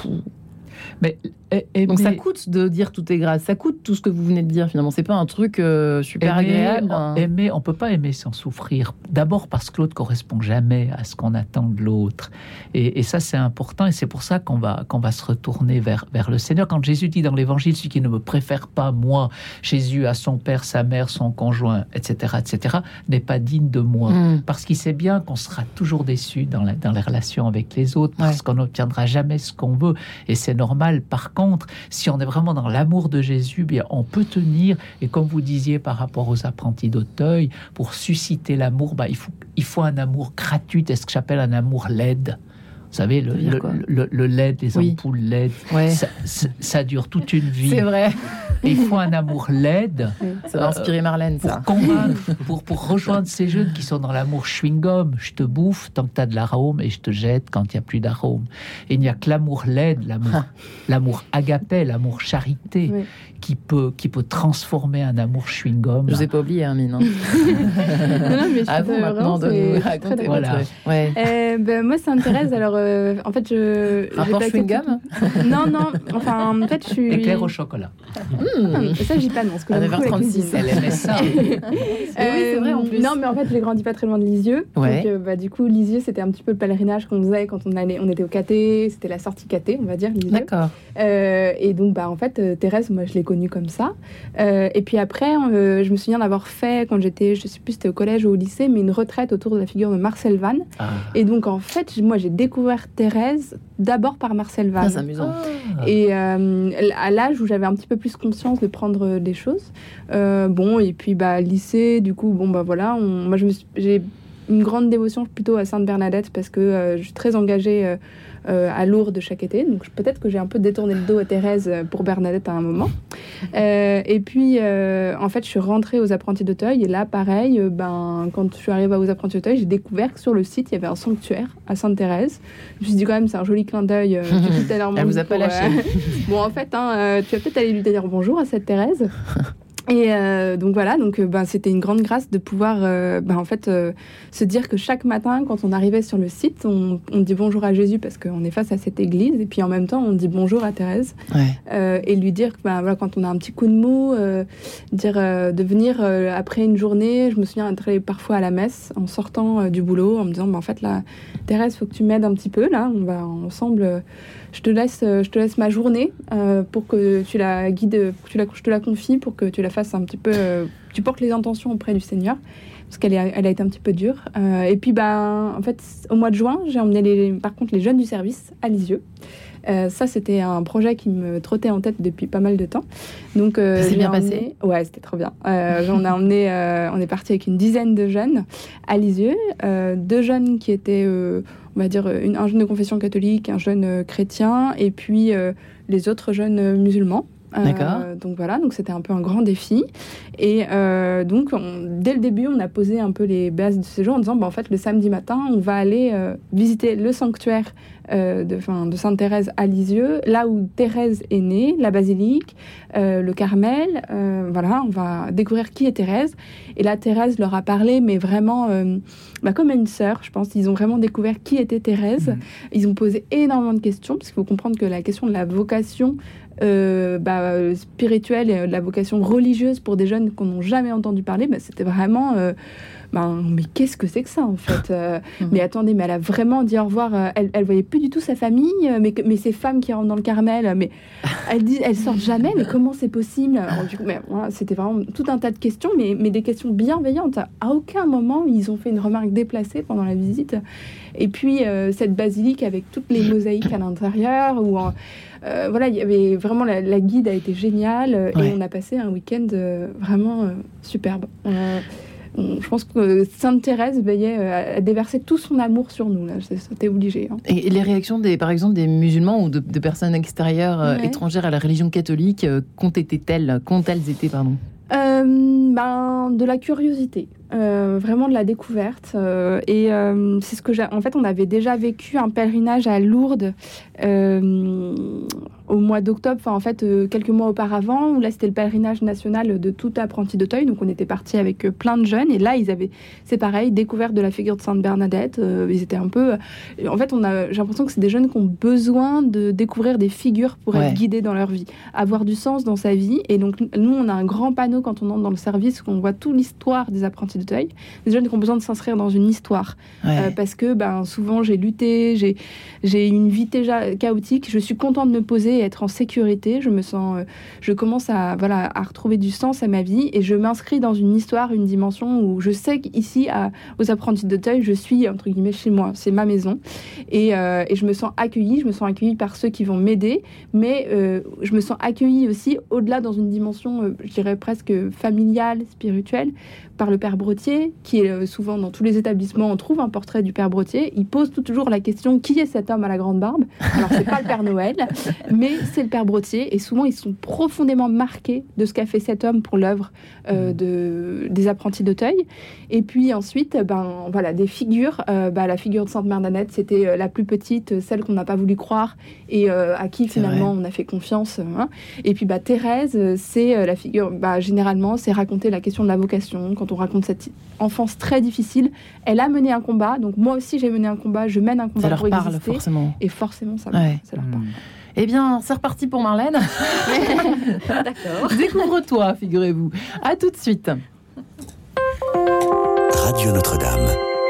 Mais
donc ça coûte de dire tout est grâce, ça coûte tout ce que vous venez de dire finalement, c'est pas un truc super agréable.
On peut pas aimer sans souffrir. D'abord parce que l'autre correspond jamais à ce qu'on attend de l'autre, et ça c'est important, et c'est pour ça qu'on va se retourner vers le Seigneur. Quand Jésus dit dans l'Évangile, celui qui ne me préfère pas moi, Jésus, à son père, sa mère, son conjoint, etc., n'est pas digne de moi, parce qu'il sait bien qu'on sera toujours déçu dans les relations avec les autres, parce qu'on n'obtiendra jamais ce qu'on veut, et c'est normal. Par contre, si on est vraiment dans l'amour de Jésus, bien on peut tenir. Et comme vous disiez par rapport aux apprentis d'Auteuil, pour susciter l'amour, il faut un amour gratuit. C'est ce que j'appelle un amour LED. Vous savez, le LED, les ampoules LED, ça dure toute une vie.
C'est vrai.
Et il faut un amour LED.
Ça va inspirer Marlène,
pour
ça.
Convaincre, pour rejoindre ces jeunes qui sont dans l'amour chewing-gum. Je te bouffe tant que tu as de l'arôme et je te jette quand il n'y a plus d'arôme. Et il n'y a que l'amour LED, l'amour agapé, l'amour charité, qui peut transformer un amour chewing-gum.
Je vous ai pas oublié, Hermine.
Non, mais
à vous maintenant de nous raconter.
Voilà.
Moi, ça m'intéresse. Alors, en fait,
rapport chewing-gum.
Non. Enfin, en fait, je suis.
Éclair au chocolat.
Ça, j'y pas non.
À 9h36,
elle aimait ça.
Oui, c'est vrai en plus.
Non, mais en fait, j'ai grandi pas très loin de Lisieux.
Ouais.
Donc, du coup, Lisieux, c'était un petit peu le pèlerinage qu'on faisait quand on était au caté. C'était la sortie caté, on va dire. Lisieux.
D'accord.
Et donc, en fait, Thérèse, moi, je l'ai connue comme ça. Et puis après, je me souviens d'avoir fait, quand j'étais, je sais plus, c'était au collège ou au lycée, mais une retraite autour de la figure de Marcel Vannes. Et donc, en fait, moi, j'ai découvert Thérèse d'abord par Marcel Vannes.
C'est amusant.
Et à l'âge où j'avais un petit peu plus conscience de prendre des choses. Et puis lycée, du coup, voilà. Moi, j'ai une grande dévotion plutôt à Sainte Bernadette parce que je suis très engagée à Lourdes chaque été. Donc peut-être que j'ai un peu détourné le dos à Thérèse pour Bernadette à un moment. Et puis, en fait, je suis rentrée aux Apprentis d'Auteuil. Et là, pareil, quand je suis arrivée aux Apprentis d'Auteuil, j'ai découvert que sur le site, il y avait un sanctuaire à Sainte-Thérèse. Je me suis dit quand même, c'est un joli clin d'œil.
Elle vous a pas lâché.
Bon, en fait, tu vas peut-être aller lui dire bonjour à cette Thérèse. Et donc voilà, c'était une grande grâce de pouvoir se dire que chaque matin, quand on arrivait sur le site, on dit bonjour à Jésus parce qu'on est face à cette église, et puis en même temps on dit bonjour à Thérèse, et lui dire que quand on a un petit coup de mou, de venir après une journée. Je me souviens d'être parfois à la messe en sortant du boulot en me disant en fait là, Thérèse, faut que tu m'aides un petit peu là, on va ensemble. Je te laisse ma journée pour que tu la guides, je te la confie pour que tu la fasses un petit peu. Tu portes les intentions auprès du Seigneur, parce qu'elle a été un petit peu dure. Et puis, en fait, au mois de juin, j'ai emmené les jeunes du service à Lisieux. Ça, c'était un projet qui me trottait en tête depuis pas mal de temps. Donc,
c'est bien passé.
Ouais, c'était trop bien. On est parti avec une dizaine de jeunes à Lisieux. 2 jeunes qui étaient, on va dire, un jeune de confession catholique, un jeune chrétien, et puis les autres jeunes musulmans.
D'accord.
Donc voilà, donc c'était un peu un grand défi. Et donc, dès le début, on a posé un peu les bases de ce séjour en disant, en fait, le samedi matin, on va aller visiter le sanctuaire de Sainte-Thérèse à Lisieux, là où Thérèse est née, la basilique, le Carmel. Voilà, on va découvrir qui est Thérèse. Et là, Thérèse leur a parlé, mais vraiment comme une sœur, je pense. Ils ont vraiment découvert qui était Thérèse. Ils ont posé énormément de questions, parce qu'il faut comprendre que la question de la vocation spirituelle et de la vocation religieuse pour des jeunes qu'on n'a jamais entendu parler, c'était vraiment... mais qu'est-ce que c'est que ça en fait Mais attendez, mais elle a vraiment dit au revoir. Elle voyait plus du tout sa famille, mais ces femmes qui rentrent dans le Carmel, mais elles sortent jamais. Mais comment c'est possible? Alors, du coup, c'était vraiment tout un tas de questions, mais des questions bienveillantes. À aucun moment ils ont fait une remarque déplacée pendant la visite. Et puis cette basilique avec toutes les mosaïques à l'intérieur, où il y avait vraiment la guide a été géniale et on a passé un week-end vraiment superbe. Je pense que Sainte Thérèse veillait à déverser tout son amour sur nous. Là, c'était obligé. Hein.
Et les réactions, par exemple, des musulmans ou de personnes extérieures, étrangères à la religion catholique, qu'ont-elles été, pardon ?
De la curiosité. Vraiment de la découverte. C'est ce que en fait, on avait déjà vécu un pèlerinage à Lourdes au mois d'octobre, quelques mois auparavant, où là, c'était le pèlerinage national de tout apprenti d'Auteuil. Donc, on était partis avec plein de jeunes. Et là, c'est pareil, découverte de la figure de Sainte Bernadette. Ils étaient un peu... En fait, j'ai l'impression que c'est des jeunes qui ont besoin de découvrir des figures pour être guidés dans leur vie, avoir du sens dans sa vie. Et donc, nous, on a un grand panneau quand on entre dans le service où on voit toute l'histoire des apprentis d'Auteuil. Des jeunes qui ont besoin de s'inscrire dans une histoire. Parce que souvent, j'ai lutté, j'ai une vie déjà chaotique. Je suis contente de me poser et être en sécurité. Je commence à retrouver du sens à ma vie et je m'inscris dans une histoire, une dimension où je sais qu'ici, aux apprentis d'Auteuil, je suis, entre guillemets, chez moi. C'est ma maison. Et je me sens accueillie. Je me sens accueillie par ceux qui vont m'aider. Mais je me sens accueillie aussi au-delà dans une dimension, je dirais presque familiale, spirituelle, par le Père Brottier, qui est souvent dans tous les établissements, on trouve un portrait du Père Brottier. Il pose toujours la question, qui est cet homme à la grande barbe? Alors, c'est pas le Père Noël, mais c'est le Père Brottier. Et souvent, ils sont profondément marqués de ce qu'a fait cet homme pour l'œuvre des apprentis d'Auteuil. Et puis ensuite, des figures. La figure de Sainte Bernadette, c'était la plus petite, celle qu'on n'a pas voulu croire et à qui finalement on a fait confiance. Et puis Thérèse, c'est la figure, généralement, c'est raconter la question de la vocation. Quand on raconte cette enfance très difficile, elle a mené un combat. Donc moi aussi, j'ai mené un combat, je mène un combat pour exister. Ça leur parle, forcément. Et forcément, ça leur parle.
Eh bien, c'est reparti pour Marlène.
D'accord.
Découvre-toi, figurez-vous. À tout de suite.
Radio Notre-Dame.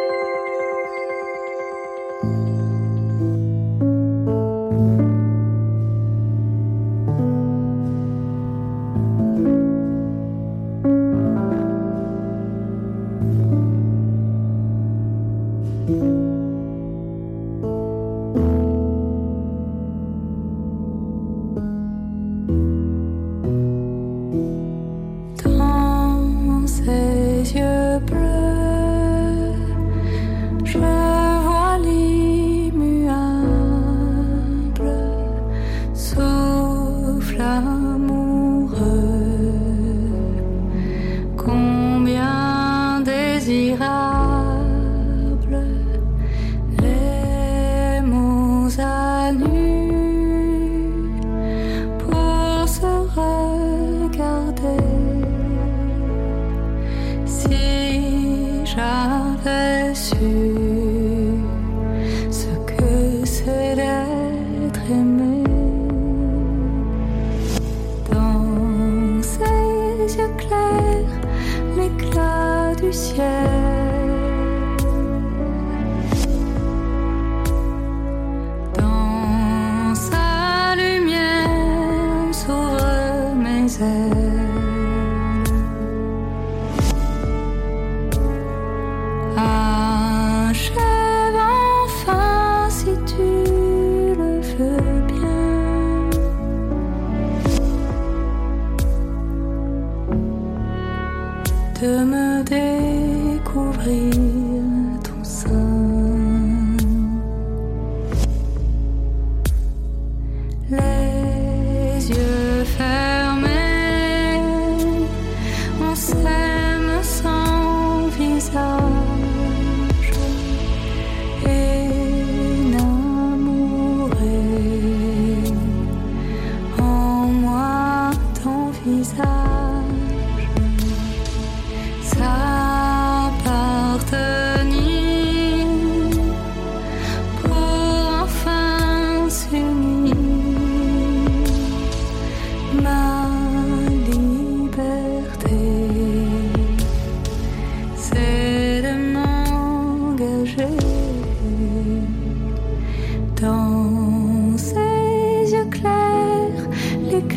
Dans ses yeux bleus, je vois l'immuable souffle amoureux, combien désirable les mots à nu pour se regarder. Si j'avais su ce que c'est d'être aimé, dans ses yeux clairs, l'éclat du ciel, dans sa lumière s'ouvrent mes ailes. Achève enfin si tu le veux bien. De me découvrir ton sein. Les yeux fermés,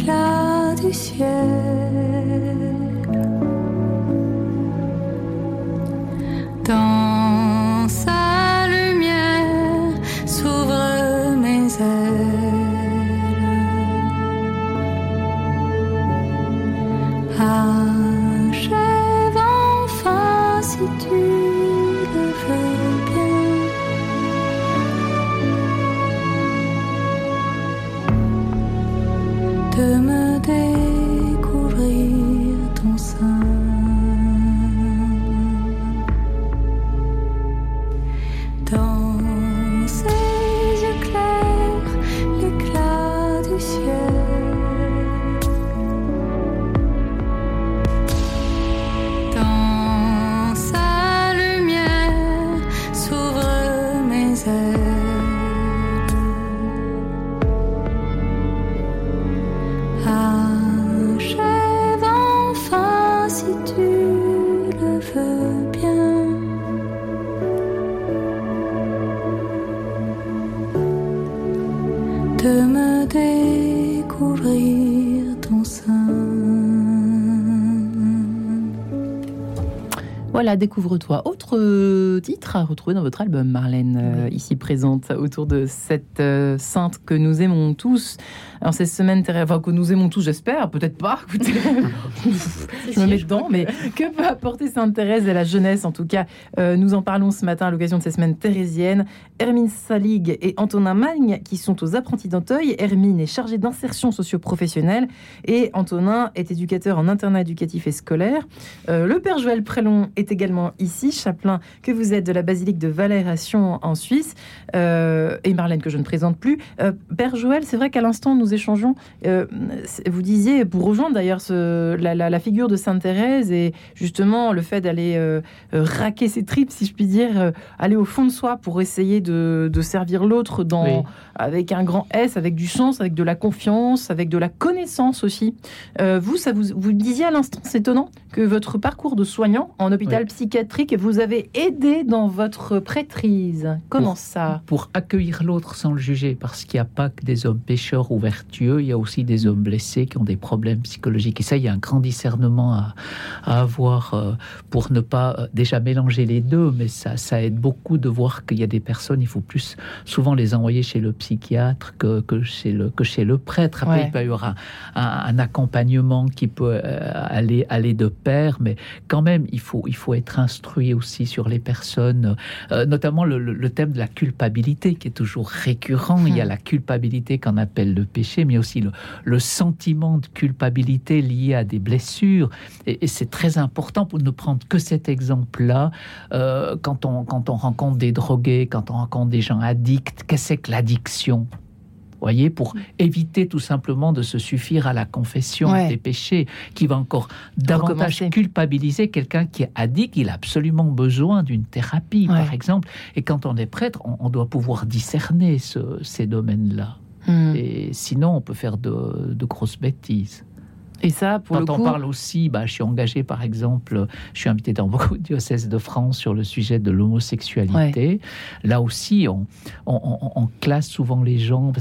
l'éclat du ciel. Dans sa lumière s'ouvrent mes ailes. Achève enfin si tu le veux bien. De me découvrir ton sein. Dans ses yeux clairs, l'éclat du ciel. Dans sa lumière s'ouvrent mes ailes. Achève enfin si tu le veux bien. De me découvrir ton sein.
Voilà, découvre-toi. Autre titre à retrouver dans votre album, Marlène, ici présente, autour de cette sainte que nous aimons tous. Alors, ces semaines, enfin, que nous aimons tous, j'espère, peut-être pas, écoutez, je me mets dedans, mais que peut apporter Sainte Thérèse à la jeunesse, en tout cas, nous en parlons ce matin à l'occasion de ces semaines thérésiennes. Hermine Salig et Antonin Magne, qui sont aux apprentis d'Anteuil. Hermine est chargée d'insertion socio-professionnelle et Antonin est éducateur en internat éducatif et scolaire. Le père Joël Prélon est également ici, chapelain que vous êtes de la basilique de Valais-Ration en Suisse, et Marlène que je ne présente plus. Père Joël, c'est vrai qu'à l'instant nous échangeons, vous disiez, pour rejoindre d'ailleurs la figure de Sainte Thérèse et justement le fait d'aller raquer ses tripes, si je puis dire, aller au fond de soi pour essayer de servir l'autre avec un grand S, avec du sens, avec de la confiance, avec de la connaissance aussi. Vous disiez à l'instant, c'est étonnant, que votre parcours de soignant en hôpital psychiatrique vous avez aidé dans votre prêtrise. Comment ça ?
Pour accueillir l'autre sans le juger, parce qu'il n'y a pas que des hommes pécheurs ou vertueux, il y a aussi des hommes blessés qui ont des problèmes psychologiques. Et ça, il y a un grand discernement à avoir pour ne pas déjà mélanger les deux, mais ça aide beaucoup de voir qu'il y a des personnes, il faut plus souvent les envoyer chez le psychiatre que chez le prêtre. Après, il peut y avoir un accompagnement qui peut aller de pair, mais quand même, il faut être instruit aussi sur les personnes, notamment le thème de la culpabilité qui est toujours récurrent. Il y a la culpabilité qu'on appelle le péché, mais aussi le sentiment de culpabilité lié à des blessures. Et c'est très important pour ne prendre que cet exemple-là. Quand on rencontre des drogués, quand on rencontre des gens addicts, qu'est-ce que c'est que l'addiction ? Voyez, pour éviter tout simplement de se suffire à la confession des péchés, qui va encore davantage culpabiliser quelqu'un qui est addict. Il a absolument besoin d'une thérapie, par exemple. Et quand on est prêtre, on doit pouvoir discerner ces domaines-là. Et sinon, on peut faire de grosses bêtises.
Et ça, pour
quand on parle aussi, je suis engagé, par exemple, je suis invité dans beaucoup de diocèses de France sur le sujet de l'homosexualité. Là aussi, on classe souvent les gens.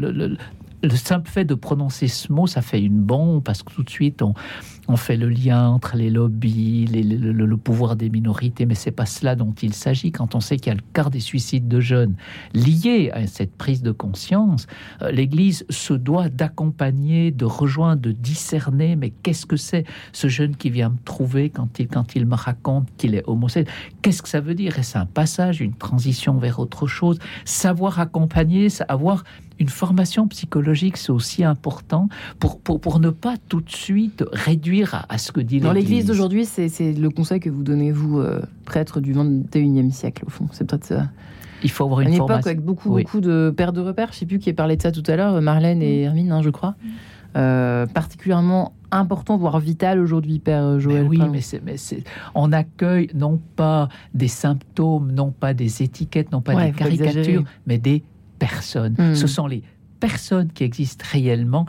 Le simple fait de prononcer ce mot, ça fait une bombe, parce que tout de suite, on fait le lien entre les lobbies, le pouvoir des minorités, mais c'est pas cela dont il s'agit. Quand on sait qu'il y a le quart des suicides de jeunes liés à cette prise de conscience, l'Église se doit d'accompagner, de rejoindre, de discerner, mais qu'est-ce que c'est ce jeune qui vient me trouver quand il me raconte qu'il est homosexuel? Qu'est-ce que ça veut dire? Est-ce un passage, une transition vers autre chose? Savoir accompagner, avoir une formation psychologique, c'est aussi important pour ne pas tout de suite réduire à ce que dit l'Église.
Dans l'Église d'aujourd'hui, c'est le conseil que vous donnez, vous, prêtre du 21e siècle, au fond. C'est peut-être ça.
Il faut avoir une formation.
Époque avec beaucoup de pères de repères. Je ne sais plus qui parlait de ça tout à l'heure, Marlène et Hermine, je crois. Particulièrement important, voire vital aujourd'hui, Père Joël.
Mais on accueille non pas des symptômes, non pas des étiquettes, non pas des caricatures, mais des personnes. Ce sont les personnes qui existent réellement.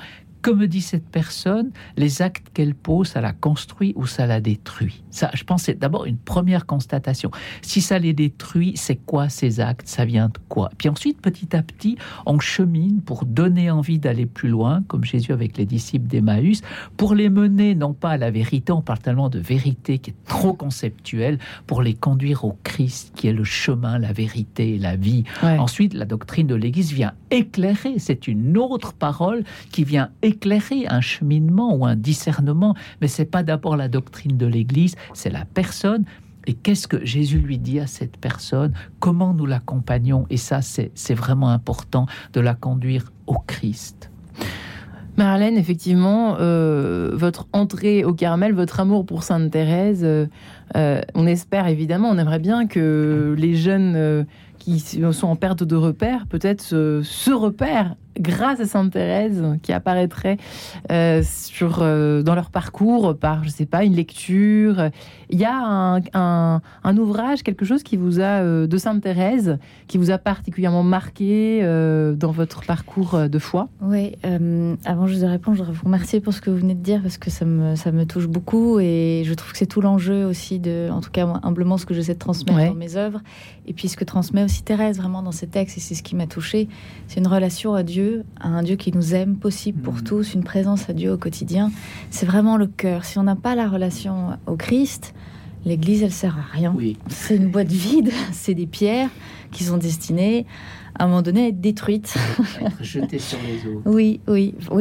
que me dit cette personne, les actes qu'elle pose, ça la construit ou ça la détruit. Ça, je pense, c'est d'abord une première constatation. Si ça les détruit, c'est quoi ces actes? Ça vient de quoi? Puis ensuite, petit à petit, on chemine pour donner envie d'aller plus loin, comme Jésus avec les disciples d'Emmaüs, pour les mener non pas à la vérité, on parle tellement de vérité qui est trop conceptuelle, pour les conduire au Christ, qui est le chemin, la vérité et la vie.
Ouais.
Ensuite, la doctrine de l'Église vient éclairer, c'est une autre parole qui vient éclairer un cheminement ou un discernement, mais c'est pas d'abord la doctrine de l'Église, c'est la personne. Et qu'est-ce que Jésus lui dit à cette personne? Comment nous l'accompagnons? Et ça, c'est vraiment important de la conduire au Christ.
Marlène, effectivement, votre entrée au Carmel, votre amour pour Sainte Thérèse, on espère évidemment, on aimerait bien que les jeunes qui sont en perte de repère, peut-être se repèrent grâce à Sainte Thérèse, qui apparaîtrait dans leur parcours par, je sais pas, une lecture. Il y a un ouvrage, quelque chose qui vous a de Sainte Thérèse, qui vous a particulièrement marqué dans votre parcours de foi.
Oui, avant juste de répondre, je voudrais vous remercier pour ce que vous venez de dire, parce que ça me touche beaucoup, et je trouve que c'est tout l'enjeu aussi de, en tout cas moi, humblement, ce que j'essaie de transmettre dans mes œuvres, et puis ce que transmet aussi Thérèse vraiment dans ses textes, et c'est ce qui m'a touchée. C'est une relation à Dieu, à un Dieu qui nous aime, possible pour tous, une présence à Dieu au quotidien. C'est vraiment le cœur. Si on n'a pas la relation au Christ, l'Église, elle sert à rien. Oui. C'est une boîte vide, c'est des pierres qui sont destinées à un moment donné à être détruites.
Être jetées sur les eaux.
Oui.
Vous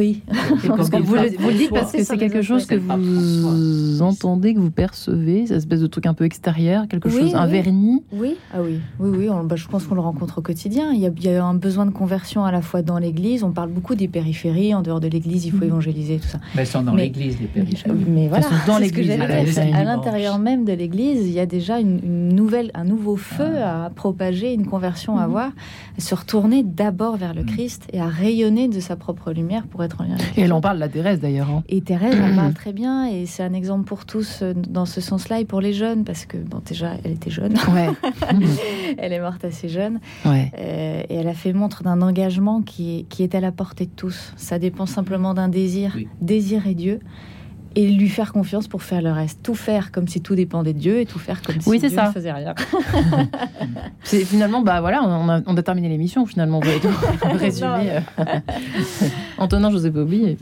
le dites parce que c'est quelque chose que vous entendez, que vous percevez, cette espèce de truc un peu extérieur, quelque chose, un vernis.
Oui, je pense qu'on le rencontre au quotidien. Il y a un besoin de conversion à la fois dans l'Église. On parle beaucoup des périphéries, en dehors de l'Église, il faut évangéliser, tout ça.
Mais elles sont dans l'Église, les périphéries.
Mais voilà,
elles sont dans l'Église.
À l'intérieur même de l'Église, il y a déjà un nouveau feu à propager, une conversion à avoir. Se retourner d'abord vers le Christ et à rayonner de sa propre lumière pour être en lien avec lui.
Et elle en parle, la Thérèse d'ailleurs. Hein.
Et Thérèse en parle très bien, et c'est un exemple pour tous dans ce sens-là, et pour les jeunes, parce que déjà elle était jeune, elle est morte assez jeune, et elle a fait montre d'un engagement qui est à la portée de tous. Ça dépend simplement d'un désir, désirer Dieu, et lui faire confiance pour faire le reste. Tout faire comme si tout dépendait de Dieu, et tout faire comme si Dieu ne faisait rien.
C'est finalement, on a terminé l'émission, finalement. Vous avez résumé. Antonin, je vous ai pas oublié.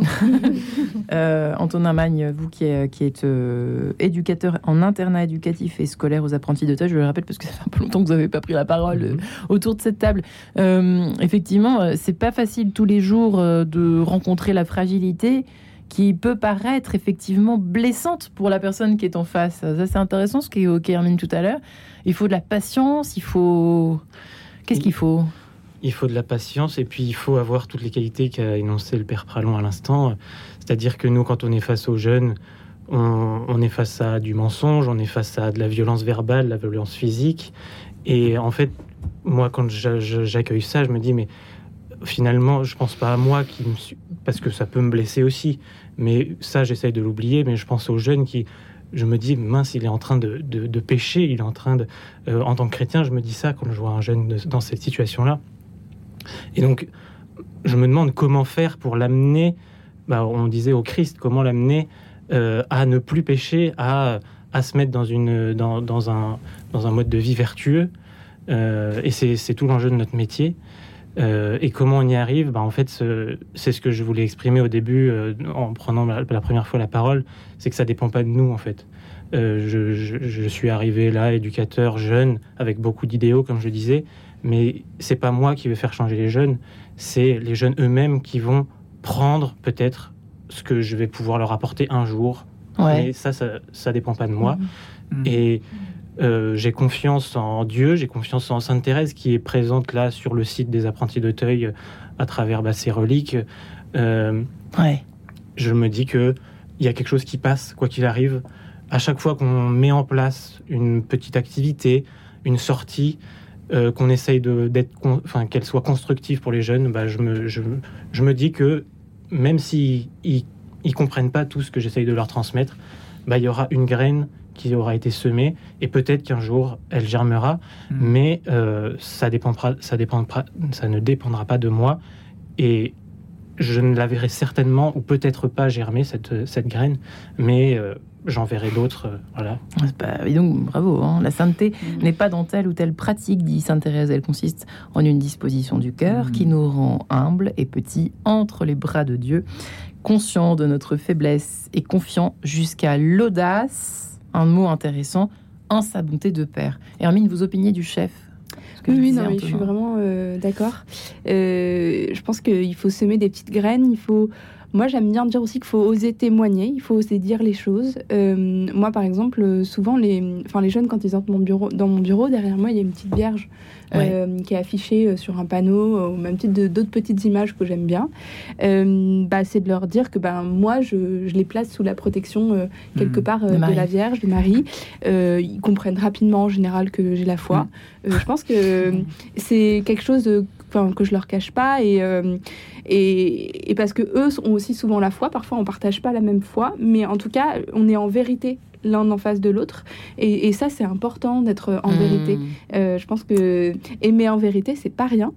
Antonin Magne, vous qui êtes éducateur en internat éducatif et scolaire aux apprentis d'Auteuil, je le rappelle parce que ça fait un peu longtemps que vous n'avez pas pris la parole autour de cette table. Effectivement, c'est pas facile tous les jours de rencontrer la fragilité qui peut paraître effectivement blessante pour la personne qui est en face. Ça, c'est intéressant, ce qu'évoquait Hermine tout à l'heure. Il faut de la patience, Qu'est-ce qu'il faut ?
Il faut de la patience, et puis il faut avoir toutes les qualités qu'a énoncé le Père Pralon à l'instant. C'est-à-dire que nous, quand on est face aux jeunes, on est face à du mensonge, on est face à de la violence verbale, de la violence physique. Et en fait, moi, quand j'accueille ça, je me dis, mais finalement, je pense pas à moi parce que ça peut me blesser aussi. Mais ça, j'essaye de l'oublier. Mais je pense aux jeunes je me dis, mince, il est en train de pécher. Il est en train en tant que chrétien, je me dis ça quand je vois un jeune dans cette situation-là. Et donc, je me demande comment faire pour l'amener. On disait au Christ, comment l'amener à ne plus pécher, à se mettre dans un mode de vie vertueux. Et c'est tout l'enjeu de notre métier. Et comment on y arrive ? En fait, c'est ce que je voulais exprimer au début en prenant la première fois la parole, c'est que ça dépend pas de nous en fait. Je suis arrivé là, éducateur, jeune, avec beaucoup d'idéaux comme je disais, mais c'est pas moi qui vais faire changer les jeunes, c'est les jeunes eux-mêmes qui vont prendre peut-être ce que je vais pouvoir leur apporter un jour. Mais ça dépend pas de moi. Et j'ai confiance en Dieu, j'ai confiance en Sainte Thérèse qui est présente là sur le site des apprentis d'Auteuil à travers ses reliques. Je me dis qu'il y a quelque chose qui passe, quoi qu'il arrive. À chaque fois qu'on met en place une petite activité, une sortie, qu'on essaye qu'elle soit constructive pour les jeunes, je me dis que même s'ils ne comprennent pas tout ce que j'essaye de leur transmettre, il y aura une graine qui aura été semée, et peut-être qu'un jour elle germera, mais ça ne dépendra pas de moi, et je ne la verrai certainement, ou peut-être pas germer cette graine, mais j'en verrai d'autres. Voilà.
Et donc, bravo. La sainteté n'est pas dans telle ou telle pratique, dit sainte Thérèse. Elle consiste en une disposition du cœur qui nous rend humbles et petits entre les bras de Dieu, conscients de notre faiblesse et confiants jusqu'à l'audace, un mot intéressant, en sa bonté de père. Hermine, vous opiniez du chef?
Oui, non, mais je suis vraiment d'accord. Je pense qu'il faut semer des petites graines. Moi, j'aime bien dire aussi qu'il faut oser témoigner. Il faut oser dire les choses. Moi, par exemple, souvent, les jeunes, quand ils entrent dans mon bureau, derrière moi, il y a une petite vierge qui est affichée sur un panneau, au même titre d'autres petites images que j'aime bien. C'est de leur dire que moi, je les place sous la protection quelque part de la Vierge, de Marie. Ils comprennent rapidement, en général, que j'ai la foi. Je pense que c'est quelque chose que je leur cache pas et parce que eux ont aussi souvent la foi. Parfois, on partage pas la même foi, mais en tout cas, on est en vérité l'un en face de l'autre, et ça, c'est important d'être en vérité. Je pense que aimer en vérité, c'est pas rien.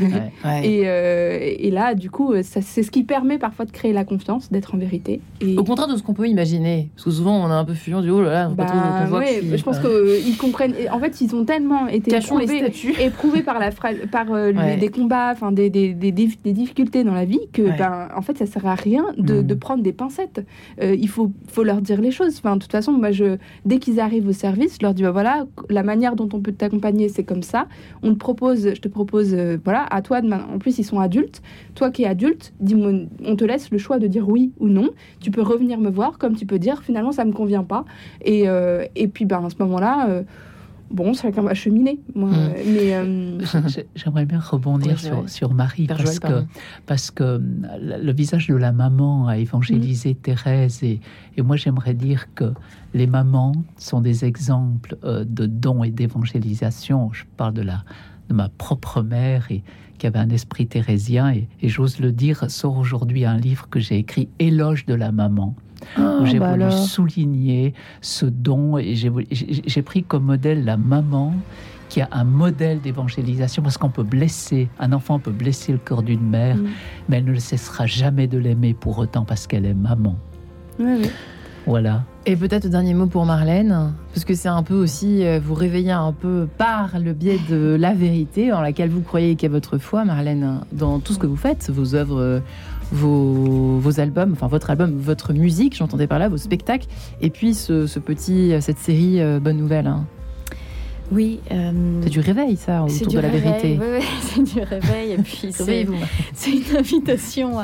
Et là, du coup, c'est ce qui permet parfois de créer la confiance, d'être en vérité.
Au contraire de ce qu'on peut imaginer, parce que souvent on est un peu fuyant du oh là là, pas trop qu'on voit.
Je pense qu'ils comprennent. En fait, ils ont tellement été éprouvés par des combats, des difficultés dans la vie que, en fait, ça sert à rien de prendre des pincettes. Il faut leur dire les choses. De toute façon, moi, dès qu'ils arrivent au service, je leur dis voilà, la manière dont on peut t'accompagner, c'est comme ça. Je te propose, à toi. En plus, ils sont adultes. Toi qui es adulte, dis-moi, on te laisse le choix de dire oui ou non. Tu peux revenir me voir, comme tu peux dire finalement ça me convient pas. Et puis à ce moment-là. Chacun va cheminer.
J'aimerais bien rebondir sur Marie, parce que le visage de la maman a évangélisé Thérèse, et moi j'aimerais dire que les mamans sont des exemples de dons et d'évangélisation. Je parle de ma propre mère, et qui avait un esprit thérésien, et j'ose le dire, sort aujourd'hui un livre que j'ai écrit, Éloge de la maman. Où j'ai voulu souligner ce don, et j'ai pris comme modèle la maman qui a un modèle d'évangélisation, parce qu'on peut blesser, un enfant peut blesser le cœur d'une mère, mais elle ne cessera jamais de l'aimer pour autant, parce qu'elle est maman. Voilà.
Et peut-être le dernier mot pour Marlène, parce que c'est un peu aussi vous réveiller un peu par le biais de la vérité en laquelle vous croyez qu'est votre foi, Marlène, dans tout ce que vous faites, vos œuvres, vos albums, enfin votre album, votre musique, j'entendais par là, vos spectacles, et puis cette série Bonne Nouvelle.
Oui.
C'est du réveil, ça, autour de la vérité.
Oui, c'est du réveil, et puis c'est une invitation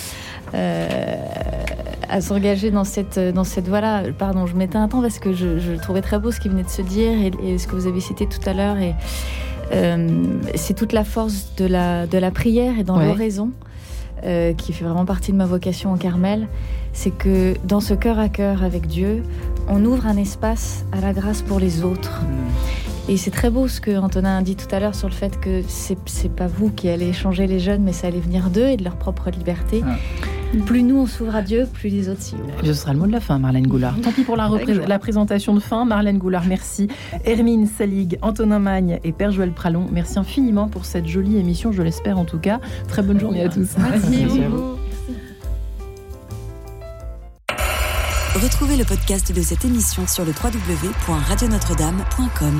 à s'engager dans cette voie-là. Pardon, je m'étais un temps parce que je trouvais très beau ce qui venait de se dire et ce que vous avez cité tout à l'heure. Et c'est toute la force de la prière et dans l'oraison qui fait vraiment partie de ma vocation au Carmel. C'est que dans ce cœur à cœur avec Dieu, on ouvre un espace à la grâce pour les autres. Et c'est très beau ce que Antonin a dit tout à l'heure sur le fait que c'est pas vous qui allez changer les jeunes, mais ça allait venir d'eux et de leur propre liberté. Plus nous on s'ouvre à Dieu, plus les autres s'y ouvrent.
Ce sera le mot de la fin, Marlène Goulard. Tant pis pour la présentation de fin. Marlène Goulard, merci. Hermine Salig, Antonin Magne et Père Joël Pralon, merci infiniment pour cette jolie émission, je l'espère en tout cas. Très bonne journée à tous.
Merci beaucoup.
Retrouvez le podcast de cette émission sur le www.radionotre-dame.com.